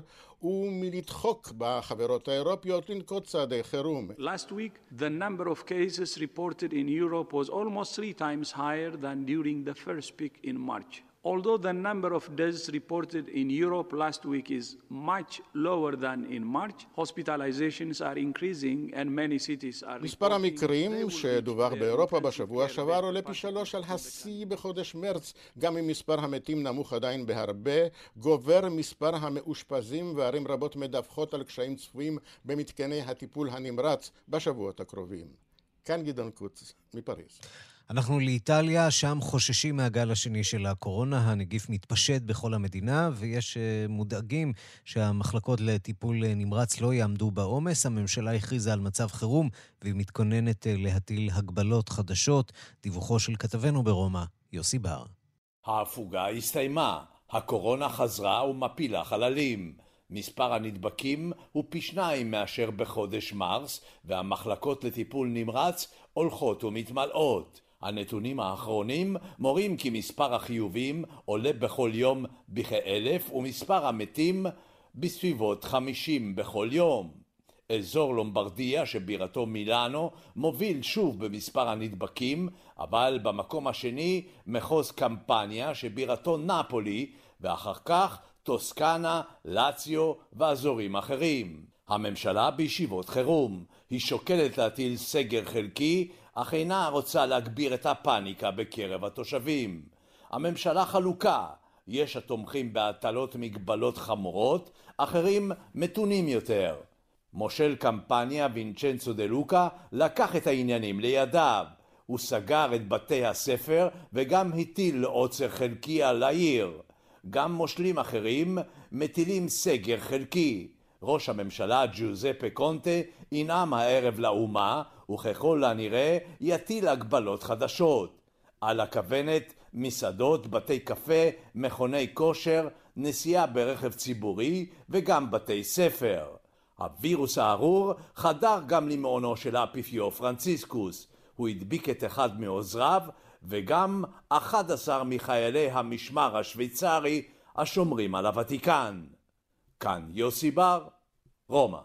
ומלדחוק בחברות האירופיות לנקוט צעדי חירום. Last week, the number of cases reported in Europe was almost three times higher than during the first peak in March. Although the number of deaths reported in Europe last week is much lower than in March, hospitalizations are increasing and many cities are... מספר המקרים שדווח באירופה בשבוע שעבר עולה פי שלוש על השיא בחודש מרץ. גם אם מספר המתים נמוך עדיין בהרבה, גובר מספר המאושפזים, וערים רבות מדווחות על קשיים צפויים במתקני הטיפול הנמרץ בשבועות הקרובים. כאן גדעון קוץ מפריז. אנחנו לאיטליה, שם חוששים מהגל השני של הקורונה. הנגיף מתפשט בכל המדינה, ויש מודאגים שהמחלקות לטיפול נמרץ לא יעמדו בעומס. הממשלה הכריזה על מצב חירום, והיא מתכוננת להטיל הגבלות חדשות. דיווחו של כתבנו ברומא, יוסי בר. ההפוגה הסתיימה. הקורונה חזרה ומפילה חללים. מספר הנדבקים הוא פי שניים מאשר בחודש מרס, והמחלקות לטיפול נמרץ הולכות ומתמלאות. הנתונים האחרונים מורים כי מספר החיובים עולה בכל יום בכאלף, ומספר המתים בסביבות חמישים בכל יום. אזור לומברדיה שבירתו מילאנו מוביל שוב במספר הנדבקים, אבל במקום השני מחוז קמפניה שבירתו נפולי, ואחר כך טוסקנה, לאציו ואזורים אחרים. הממשלה בישיבות חירום. היא שוקלת להטיל סגר חלקי, אך אינה רוצה להגביר את הפאניקה בקרב התושבים. הממשלה חלוקה. יש התומכים בהטלות מגבלות חמורות, אחרים מתונים יותר. מושל קמפניה וינצ'נצו דה לוקה לקח את העניינים לידיו. הוא סגר את בתי הספר וגם הטיל עוצר חלקי על העיר. גם מושלים אחרים מטילים סגר חלקי. ראש הממשלה ג'וזפה קונטה ינאם הערב לאומה, וככל הנראה יטיל הגבלות חדשות. על הכוונת מסעדות, בתי קפה, מכוני כושר, נסיעה ברכב ציבורי וגם בתי ספר. הווירוס הארור חדר גם למעונו של האפיפיור פרנציסקוס. הוא הדביק את אחד מעוזריו וגם אחד עשר מחיילי המשמר השוויצרי השומרים על הוותיקן. כאן יוסי בר, רומא.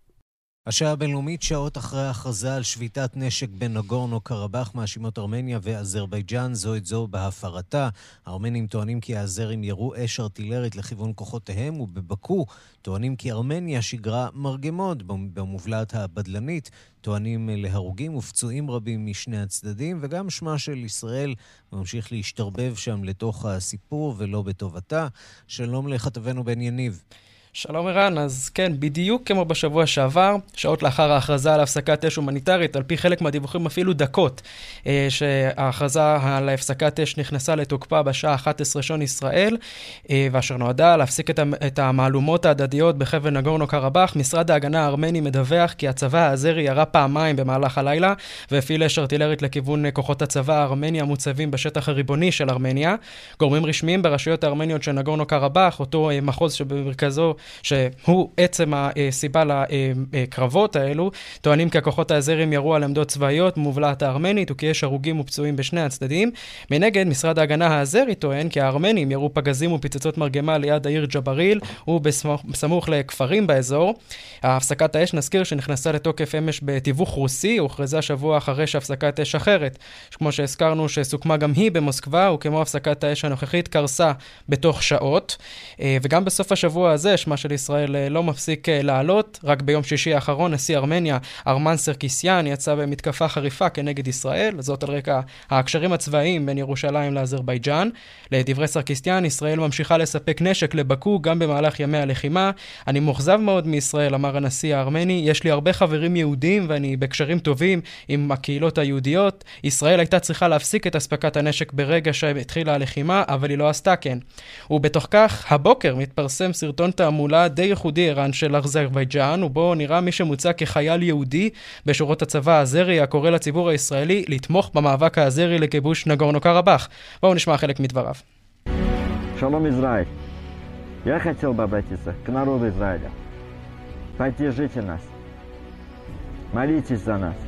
השעה הבינלאומית, שעות אחרי ההכרזה על שביתת נשק בנגורנו קרבאח, מאשימות ארמניה ואזרבייג'אן זו את זו בהפרתה. הארמנים טוענים כי האזרים ירו אש ארטילרית לכיוון כוחותיהם, ובבקו טוענים כי ארמניה שיגרה מרגמות במובלעת הבדלנית. טוענים להרוגים ופצועים רבים משני הצדדים, וגם שמה של ישראל ממשיך להשתרבב שם לתוך הסיפור ולא בטובתה. שלום לכתבנו בן יניב. שלום ערן, אז כן, בדיוק כמו בשבוע שעבר, שעות לאחר ההכרזה על הפסקת אש הומניטרית, על פי חלק מהדיווחים אפילו דקות, שההכרזה על הפסקת אש נכנסה לתוקפה בשעה אחת עשרה שעון ישראל, ואשר נועדה להפסיק את המהלומות ההדדיות בחבל נגורנו קרבאח. משרד ההגנה הארמני מדווח כי הצבא האזרי ירה פעמיים במהלך הלילה, והפעיל אש ארטילרית לכיוון כוחות הצבא הארמני המוצבים בשטח הריבוני של ארמניה. גורמים רשמיים ברשויות הארמניות של נגורנו קרבאח, אותו מחוז שבמרכזו שהוא עצם הסיבה לקרבות האלו, טוענים כי הכוחות האזרים ירו על עמדות צבאיות במובלעת הארמנית, וכי יש הרוגים ופצועים בשני הצדדים. מנגד, משרד ההגנה האזרי טוען כי הארמנים ירו פגזים ופצצות מרגמה ליד העיר ג'בריל ובסמוך לכפרים באזור. ההפסקת האש, נזכיר, שנכנסה לתוקף אמש בתיווך רוסי, הוכרזה שבוע אחרי שהפסקת אש אחרת, כמו שהזכרנו שסוכמה גם היא במוסקבה, וכמו הפסקת האש הנוכחית קרסה בתוך שעות. וגם בסוף השבוע הזה שמה של ישראל לא מפסיק לעלות. רק ביום שישי האחרון נשיא ארמניה ארמן סרקיסיאן יצא במתקפה חריפה כנגד ישראל, זאת על רקע הקשרים הצבאיים בין ירושלים לאזרבייג'אן. לדברי סרקיסיאן, ישראל ממשיכה לספק נשק לבקו גם במהלך ימי הלחימה. אני מוחזב מאוד מישראל, אמר הנשיא הארמני, יש לי הרבה חברים יהודים ואני בקשרים טובים עם הקהילות היהודיות. ישראל הייתה צריכה להפסיק את הספקת הנשק ברגע שהתחילה הלחימה, אבל היא לא עשתה כן. ובתוך כך, הבוקר מתפרסם סרטון תעמולה די ייחודי איראן של אזרבייג'אן, ובו נראה מי שמוצא כחייל יהודי בשורות הצבא האזרי, הקורא לציבור הישראלי לתמוך במאבק האזרי לכיבוש נגורנו קרבאח. בואו נשמע חלק מדבריו. Шалом, Израиль. Я хотел бы обратиться к народу Израиля. Поддержите нас. Молитесь за нас.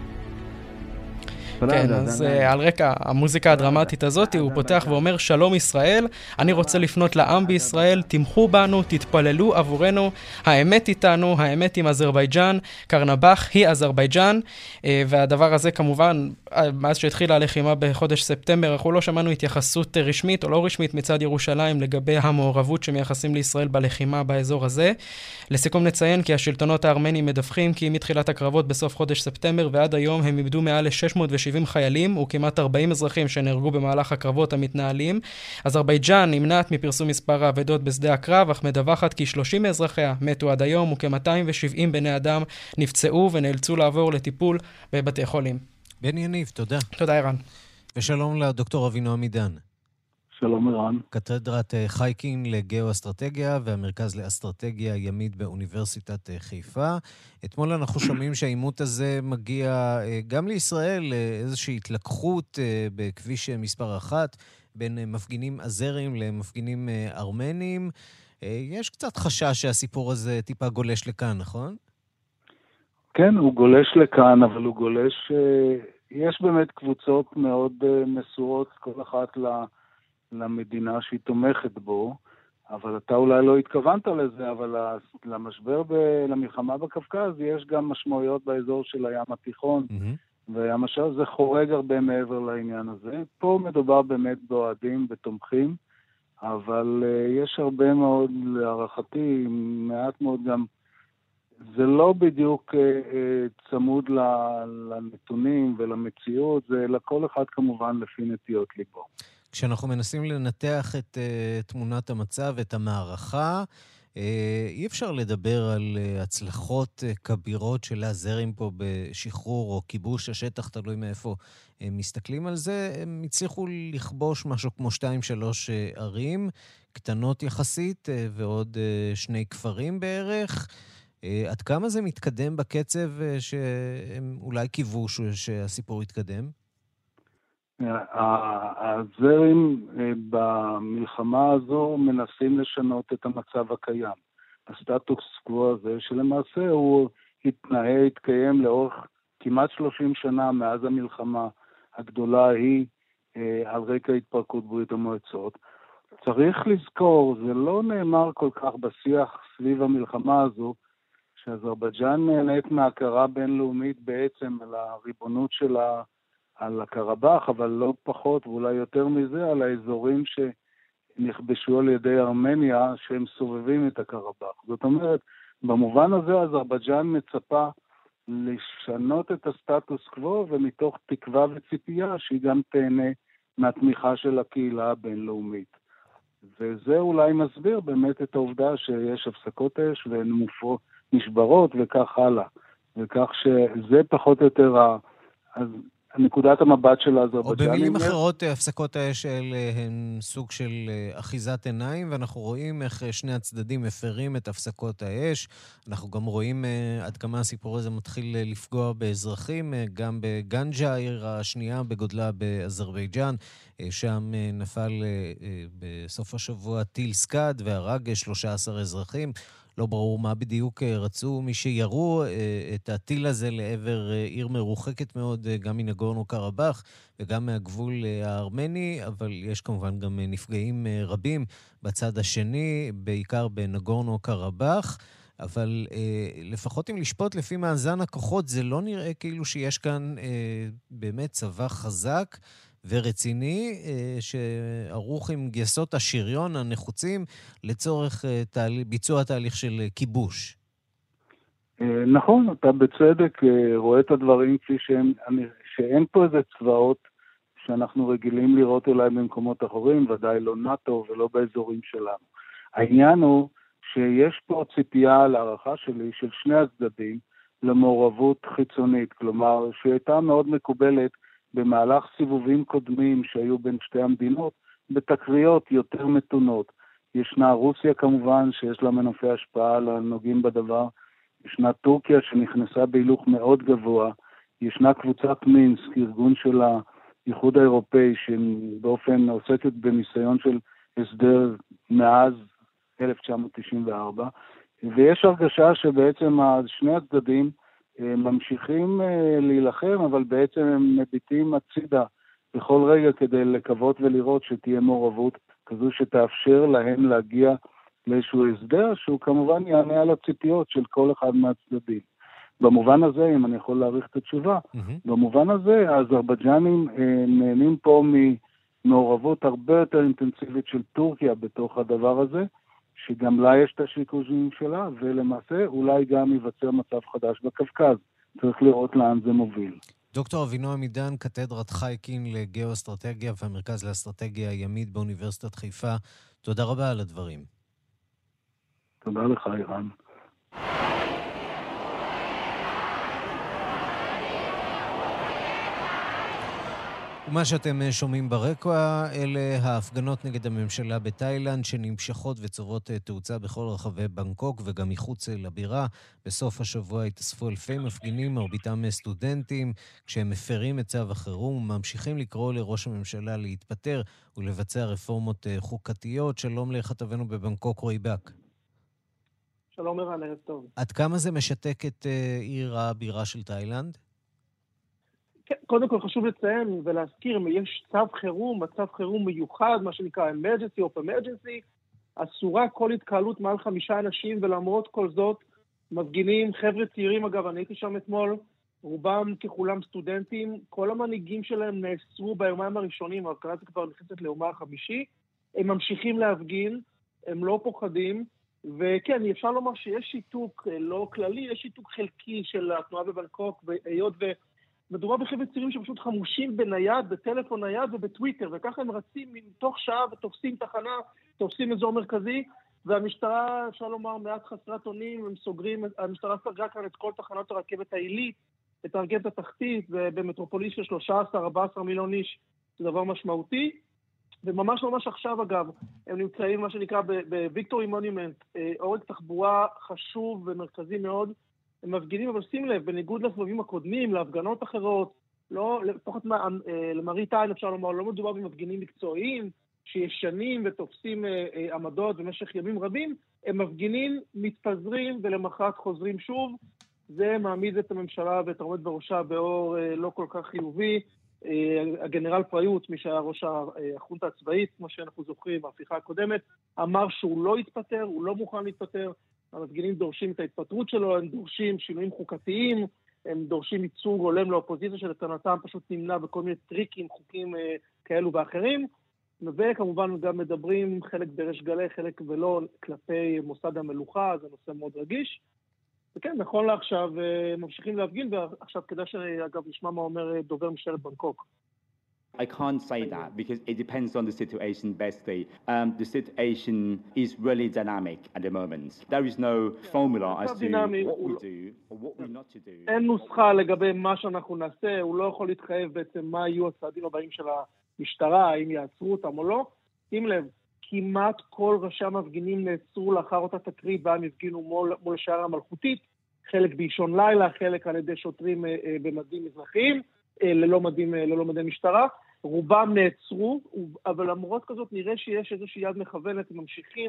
כן, אז על רקע המוזיקה הדרמטית הזאת הוא פותח ואומר, שלום ישראל, אני רוצה לפנות לעם בישראל, תמכו בנו, תתפללו עבורנו, האמת איתנו, האמת עם אזרבייג'אן, קרנבאח היא אזרבייג'אן, והדבר הזה כמובן, מאז שהתחילה הלחימה בחודש ספטמבר, אנחנו לא שמענו התייחסות רשמית או לא רשמית מצד ירושלים לגבי המעורבות שמייחסים לישראל בלחימה באזור הזה. לסיכום נציין כי השלטונות הארמנים מדווחים כי מתחילת הקרבות בסוף חודש ספטמבר ועד היום הם איבדו מעל ל-שש מאות ושבעים חיילים וכמעט ארבעים אזרחים שנהרגו במהלך הקרבות המתנהלים. אזרבייג'אן נמנעת מפרסום מספר האבדות בשדה הקרב, אך מדווחת כי שלושים מאזרחיה מתו עד היום וכ-מאתיים ושבעים בני אדם נפצעו ונאלצו לעבור לטיפול בבתי חולים. בן יניב, תודה. תודה ערן. ושלום לדוקטור אבינועם עידן. שלום ערן. קתדרת חייקין לגאו-אסטרטגיה והמרכז לאסטרטגיה ימית באוניברסיטת חיפה. אתמול אנחנו שומעים שהאימות הזה מגיע גם לישראל, איזושהי התלקחות בכביש מספר אחת, בין מפגינים אזרים למפגינים ארמנים. יש קצת חשש שהסיפור הזה טיפה גולש לכאן, נכון? כן, הוא גולש לכאן, אבל הוא גולש... יש באמת קבוצות מאוד מסורות, כל אחת ל... למדינה שהיא תומכת בו, אבל אתה אולי לא התכוונת לזה, אבל למשבר, ב... למלחמה בקווקז, יש גם משמעויות באזור של הים התיכון, mm-hmm. והים השל זה חורג הרבה מעבר לעניין הזה. פה מדובר באמת באוהדים, בתומכים, אבל uh, יש הרבה מאוד, להערכתי, מעט מאוד גם, זה לא בדיוק uh, uh, צמוד לנתונים ולמציאות, זה לכל אחד כמובן לפי נטיות ליבו. כשאנחנו מנסים לנתח את uh, תמונת המצב, את המערכה, uh, אי אפשר לדבר על uh, הצלחות uh, כבירות של הזרים פה בשחרור או כיבוש השטח, תלוי מאיפה uh, מסתכלים על זה. הם הצליחו לכבוש משהו כמו שתיים שלוש uh, ערים, קטנות יחסית, uh, ועוד uh, שני כפרים בערך. Uh, עד כמה זה מתקדם בקצב uh, שהם אולי כיבוש שהסיפור יתקדם? הזרים במלחמה הזו מנסים לשנות את המצב הקיים. הסטטוס קוו הזה שלמעשה הוא התנהל, התקיים לאורך כמעט שלושים שנה מאז המלחמה הגדולה היא על רקע התפרקות ברית המועצות. צריך לזכור, זה לא נאמר כל כך בשיח סביב המלחמה הזו, שאזרבייג'אן נהנית מהכרה בינלאומית בעצם על הריבונות שלה על הקרבאח, אבל לא פחות ואולי יותר מזה על האזורים שנכבשו על ידי ארמניה שהם סובבים את הקרבאח. זאת אומרת, במובן הזה אזרבייג'אן מצפה לשנות את הסטטוס קוו ומתוך תקווה וציפייה שהיא גם תהנה מהתמיכה של הקהילה הבינלאומית. וזה אולי מסביר באמת את העובדה שיש הפסקות אש והן מופרות, נשברות וכך הלאה. וכך שזה פחות או יותר ה... אז נקודת המבט של האזרבייג'נים. או במילים אחרות, הפסקות האש האלה הן סוג של אחיזת עיניים, ואנחנו רואים איך שני הצדדים מפרים את הפסקות האש. אנחנו גם רואים עד כמה הסיפור הזה מתחיל לפגוע באזרחים, גם בגנג'ה, העיר השנייה בגודלה באזרבייג'אן, שם נפל בסוף השבוע טיל סקאד והרג שלושה עשר אזרחים. לא ברור מה בדיוק רצו מי שירו את הטיל הזה לעבר עיר מרוחקת מאוד, גם מנגורנו קרבאח וגם מהגבול הארמני, אבל יש כמובן גם נפגעים רבים בצד השני, בעיקר בנגורנו קרבאח. אבל אה, לפחות אם לשפוט לפי מאזן הכוחות, זה לא נראה כאילו שיש כאן אה, באמת צבא חזק ורציני, אה, שערוך עם גייסות השריון הנחוצים לצורך אה, תהל... ביצוע תהליך של אה, כיבוש. אה, נכון, אתה בצדק אה, רואה את הדברים כפי שהם, אני, שאין פה איזה צבאות שאנחנו רגילים לראות אולי במקומות אחרים, ודאי לא נאטו ולא באזורים שלנו. העניין הוא שיש פה ציפייה להערכה שלי של שני הצדדים למעורבות חיצונית, כלומר שהייתה מאוד מקובלת במהלך סיבובים קודמים שהיו בין שתי המדינות, בתקריות יותר מתונות. ישנה רוסיה כמובן שיש לה מנופי השפעה לנוגעים בדבר, ישנה טורקיה שנכנסה בהילוך מאוד גבוה, ישנה קבוצת מינסק, ארגון של האיחוד האירופאי שבאופן עוסקת בניסיון של הסדר מאז אלף תשע מאות תשעים וארבע, ויש הרגשה שבעצם שני הצדדים ממשיכים להילחם, אבל בעצם הם מביטים הצידה בכל רגע כדי לקוות ולראות שתהיה מעורבות כזו שתאפשר להם להגיע לאיזשהו הסדר, שהוא כמובן יענה על הציפיות של כל אחד מהצדדים. במובן הזה, אם אני יכול להעריך את התשובה, mm-hmm. במובן הזה, האזרבייג'נים נהנים פה ממעורבות הרבה יותר אינטנסיבית של טורקיה בתוך הדבר הזה, שגם לה יש את השיקולים שלה, ולמעשה אולי גם ייווצר מצב חדש בקווקז. צריך לראות לאן זה מוביל. דוקטור אבינועם עידן, קתדרת חייקין לגאו-אסטרטגיה והמרכז לאסטרטגיה הימית באוניברסיטת חיפה, תודה רבה על הדברים. תודה לך, אירן. ומה שאתם שומעים ברקע, אלה ההפגנות נגד הממשלה בתאילנד שנמשכות וצוברות תאוצה בכל רחבי בנקוק וגם מחוץ לבירה. בסוף השבוע התאספו אלפי מפגינים, מרביתם סטודנטים, כשהם מפרים את צו החירום וממשיכים לקרוא לראש הממשלה להתפטר ולבצע רפורמות חוקתיות. שלום לכתבנו בבנקוק רועי בק. שלום ערן, ערב טוב. עד כמה זה משתק את עיר הבירה של תאילנד? קודם כל חשוב לציין ולהזכיר, יש צו חירום, מצב חירום מיוחד, מה שנקרא emergency of emergency, אסורה כל התקהלות מעל חמישה אנשים, ולמרות כל זאת, מפגינים, חבר'ה צעירים אגב, אני הייתי שם אתמול, רובם ככולם סטודנטים, כל המנהיגים שלהם נאסרו ביומיים הראשונים, ההפגנה זה כבר נכנסת ליומה החמישי, הם ממשיכים להפגין, הם לא פוחדים, וכן, אפשר לומר שיש שיתוק לא כללי, יש שיתוק חלקי של התנועה בבנקוק, והיות ו... מדובר בחבר'ה צעירים שפשוט חמושים בנייד, בטלפון נייד ובטוויטר, וככה הם רצים מתוך שעה ותופסים תחנה, תופסים אזור מרכזי, והמשטרה, אפשר לומר, מעט חסרת אונים, הם סוגרים, המשטרה סגרה כאן את כל תחנות הרכבת העילית, את הרכבת התחתית, ובמטרופוליס של שלושה עשר ארבעה עשר מיליון איש, זה דבר משמעותי, וממש ממש עכשיו אגב, הם נמצאים מה שנקרא בוויקטורי מונומנט, עורק תחבורה חשוב ומרכזי מאוד, הם מפגינים, אבל שים לב, בניגוד לסבבים הקודמים, להפגנות אחרות, לא, לפחות למראית עין אפשר לומר, לא מדובר במפגינים מקצועיים, שישנים ותופסים אה, אה, עמדות במשך ימים רבים, הם מפגינים, מתפזרים ולמחרת חוזרים שוב. זה מעמיד את הממשלה ואת העומד בראשה באור אה, לא כל כך חיובי. אה, הגנרל פריוט, מי שהיה ראש החונטה הצבאית, כמו שאנחנו זוכרים, בהפיכה הקודמת, אמר שהוא לא יתפטר, הוא לא מוכן להתפטר. המפגינים דורשים את ההתפטרות שלו, הם דורשים שינויים חוקתיים, הם דורשים ייצוג הולם לאופוזיציה שלטענתם פשוט נמנע בכל מיני טריקים, חוקים אה, כאלו ואחרים, וכמובן גם מדברים חלק בריש גלי, חלק ולא כלפי מוסד המלוכה, זה נושא מאוד רגיש. וכן, נכון לעכשיו אה, ממשיכים להפגין, ועכשיו כדאי שאגב נשמע מה אומר דובר משטרת בנקוק. I can't say that because it depends on the situation basically. Um, the situation is really dynamic at the moment. There is no formula as to what we do or what we not to do. אין נוסחה לגבי מה שאנחנו נעשה, הוא לא יכול להתחייב בעצם מה יהיו הצעדים הבאים של המשטרה, האם יעצרו אותם או לא. שים לב, כמעט כל ראשי המפגינים נעצרו לאחר אותה תקרית בה הם הפגינו מול, מול השער המלכותית, חלק באישון לילה, חלק על ידי שוטרים אה, אה, במדים מזרחיים, אה, ללא מדים, אה, ללא מדי משטרה. רובם נעצרו, אבל למרות כזאת נראה שיש איזושהי יד מכוונת, הם ממשיכים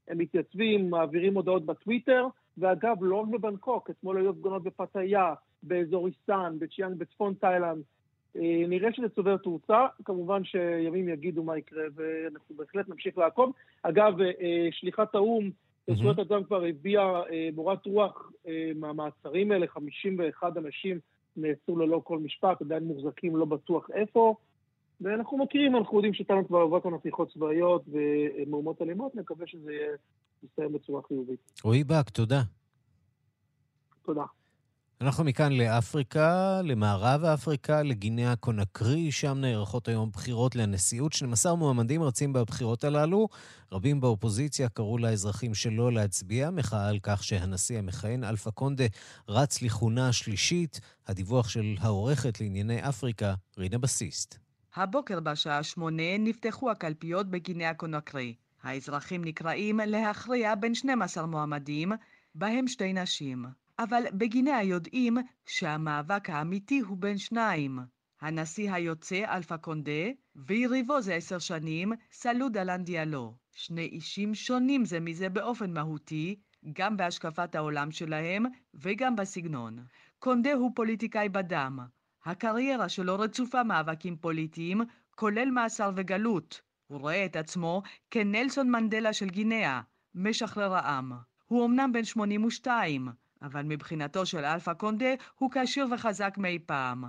הם מתייצבים, מעבירים הודעות בטוויטר, ואגב, לא רק בבנקוק, אתמול היו הפגנות בפתאיה, באזור איסטן, בצ'יאנג, בצפון תאילנד. נראה שזה צובר תאוצה, כמובן שימים יגידו מה יקרה, ואנחנו בהחלט נמשיך לעקוב. אגב, שליחת האום, זכויות אדם כבר הביאה מורת רוח מהמעצרים האלה, חמישים ואחד אנשים נעצרו ללא כל משפט, עדיין מוחזקים לא בטוח איפה, ואנחנו מכירים, אנחנו יודעים שתנו כבר עברה כאן הפיכות צבאיות ומהומות אלימות, נקווה שזה יסתיים בצורה חיובית. רועי בק, תודה. תודה. אנחנו מכאן לאפריקה, למערב אפריקה, לגינאה קונקרי, שם נערכות היום בחירות לנשיאות. שנים עשר מועמדים רצים בבחירות הללו. רבים באופוזיציה קראו לאזרחים שלא להצביע, מחאה על כך שהנשיא המכהן אלפא קונדה רץ לכהונה השלישית. הדיווח של העורכת לענייני אפריקה, רינה בסיסט. הבוקר בשעה שמונה נפתחו הקלפיות בגינאה קונקרי. האזרחים נקראים להכריע בין שנים עשר מועמדים, בהם שתי נשים. אבל בגינאה יודעים שהמאבק האמיתי הוא בין שניים. הנשיא היוצא אלפא קונדה ויריבו זה עשר שנים סלו דלן דיאלו. שני אישים שונים זה מזה באופן מהותי, גם בהשקפת העולם שלהם וגם בסגנון. קונדה הוא פוליטיקאי בדם. הקריירה שלו רצופה מאבקים פוליטיים, כולל מאסר וגלות. הוא רואה את עצמו כנלסון מנדלה של גינאה, משחרר העם. הוא אמנם בן שמונים ושתיים, אבל מבחינתו של אלפא קונדה הוא כשיר וחזק מאי פעם.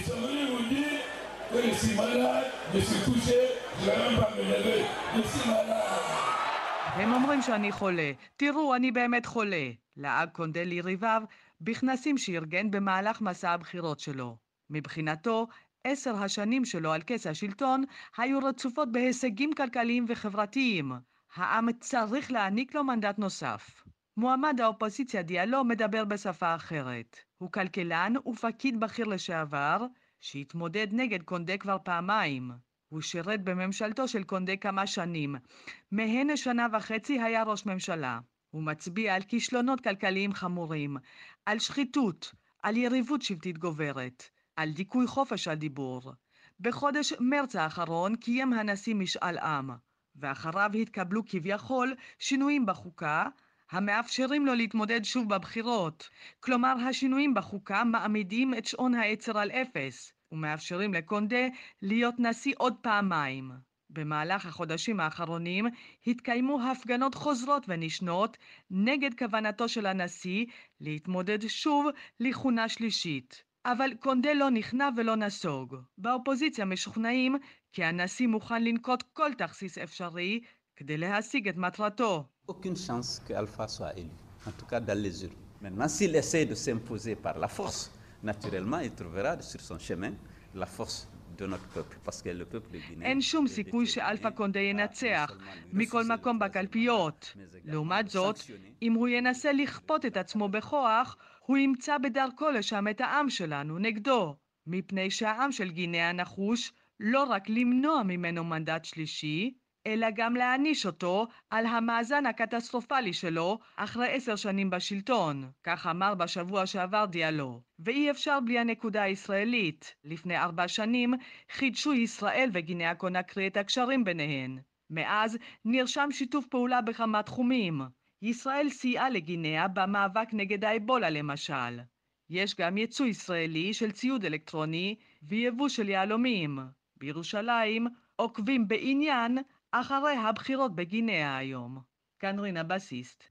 הם אומרים שאני חולה. תראו, אני באמת חולה. לעג קונדה ליריביו בכנסים שארגן במהלך מסע הבחירות שלו. מבחינתו, עשר השנים שלו על כס השלטון היו רצופות בהישגים כלכליים וחברתיים. העם צריך להעניק לו מנדט נוסף. מועמד האופוזיציה דיאלו מדבר בשפה אחרת. הוא כלכלן ופקיד בכיר לשעבר, שהתמודד נגד קונדה כבר פעמיים. הוא שירת בממשלתו של קונדה כמה שנים. מהן שנה וחצי היה ראש ממשלה. הוא מצביע על כישלונות כלכליים חמורים, על שחיתות, על יריבות שבטית גוברת, על דיכוי חופש הדיבור. בחודש מרץ האחרון קיים הנשיא משאל עם, ואחריו התקבלו כביכול שינויים בחוקה, המאפשרים לו להתמודד שוב בבחירות. כלומר, השינויים בחוקה מעמידים את שעון העצר על אפס, ומאפשרים לקונדה להיות נשיא עוד פעמיים. במהלך החודשים האחרונים התקיימו הפגנות חוזרות ונשנות נגד כוונתו של הנשיא להתמודד שוב לכהונה שלישית. אבל קונדה לא נכנע ולא נסוג. באופוזיציה משוכנעים כי הנשיא מוכן לנקוט כל תכסיס אפשרי כדי להשיג את מטרתו. Aucune chance que Alpha soit élu, en tout cas dans les urnes. Maintenant, s'il essaie de s'imposer par la force, naturellement, il trouvera sur son chemin la force de notre peuple, parce que le peuple guinéen... אין שום סיכוי שאלפא קונדה ינצח מכל מקום בקלפיות. לעומת זאת, אם הוא ינסה לכפות את עצמו בכוח, הוא ימצא בדרכו לשם את העם שלנו נגדו, מפני שהעם של גינאה נחוש לא רק למנוע ממנו מנדט שלישי, אלא גם להעניש אותו על המאזן הקטסטרופלי שלו אחרי עשר שנים בשלטון. כך אמר בשבוע שעבר דיאלו. ואי אפשר בלי הנקודה הישראלית. לפני ארבע שנים חידשו ישראל וגינאה קונקרי את הקשרים ביניהן. מאז נרשם שיתוף פעולה בכמה תחומים. ישראל סייעה לגינאה במאבק נגד האבולה למשל. יש גם ייצוא ישראלי של ציוד אלקטרוני ויבוא של יהלומים. בירושלים עוקבים בעניין אחרי הבחירות בגינאה היום. כאן רינה בסיסט.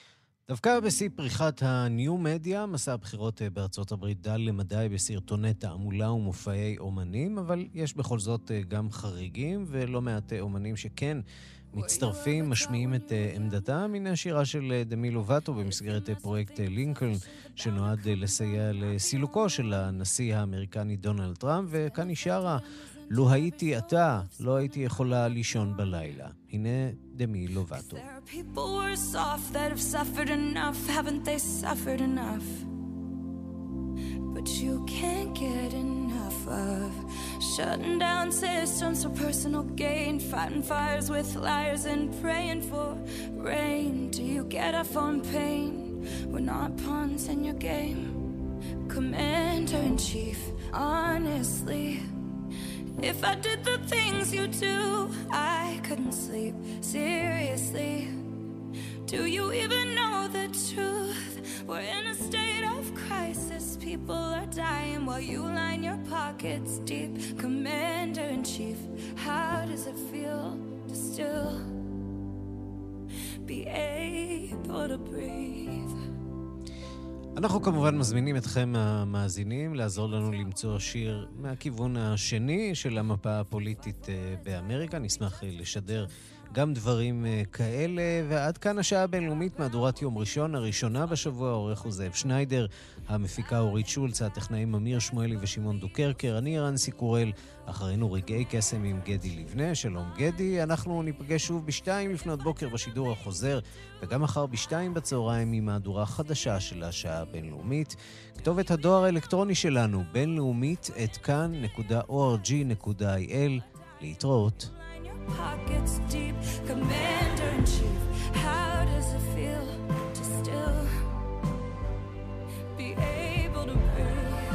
דווקא בשיא פריחת הניו-מדיה, מסע הבחירות בארצות הברית דל למדי בסרטוני תעמולה ומופעי אומנים, אבל יש בכל זאת גם חריגים ולא מעט אומנים שכן מצטרפים, משמיעים את עמדתם. הנה השירה של דמי לובטו במסגרת פרויקט לינקולן, שנועד לסייע לסילוקו של הנשיא האמריקני דונלד טראמפ, וכאן היא שרה, לו הייתי אתה, לא הייתי יכולה לישון בלילה. הנה דמי לובטו. People worse off that have suffered enough, haven't they suffered enough? But you can't get enough of shutting down systems for personal gain, fighting fires with liars and praying for rain. Do you get off on pain? We're not pawns in your game. Commander-in-Chief, honestly, if I did the things you do, I couldn't sleep. Seriously, Do you even know the truth? We're in a state of crisis. People are dying while you line your pockets deep. Commander-in-chief, how does it feel to still be able to breathe? אנחנו כמובן מזמינים אתכם המאזינים לעזור לנו למצוא שיר מהכיוון השני של המפה הפוליטית באמריקה. נשמח לשדר גם דברים כאלה, ועד כאן השעה הבינלאומית, מהדורת יום ראשון, הראשונה בשבוע. העורך הוא זאב שניידר, המפיקה אורית שולץ, הטכנאים אמיר שמואלי ושמעון דוקרקר, אני רנסי קורל, אחרינו רגעי קסם עם גדי לבנה. שלום גדי, אנחנו ניפגש שוב בשתיים לפנות בוקר בשידור החוזר, וגם מחר בשתיים בצהריים עם מהדורה חדשה של השעה הבינלאומית. כתובת הדואר האלקטרוני שלנו, בינלאומית את כאן נקודה או אר ג'י נקודה איי אל. להתראות. Pockets deep, Commander-in-Chief, how does it feel to still be able to breathe?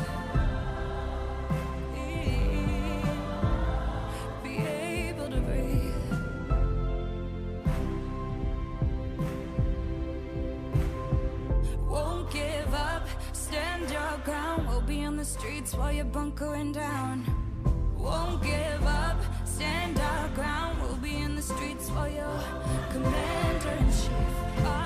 Be able to breathe. Won't give up, stand your ground. We'll be on the streets while you're bunkering down. Won't give up, stand our ground. We'll be in the streets while you're Commander-in-Chief.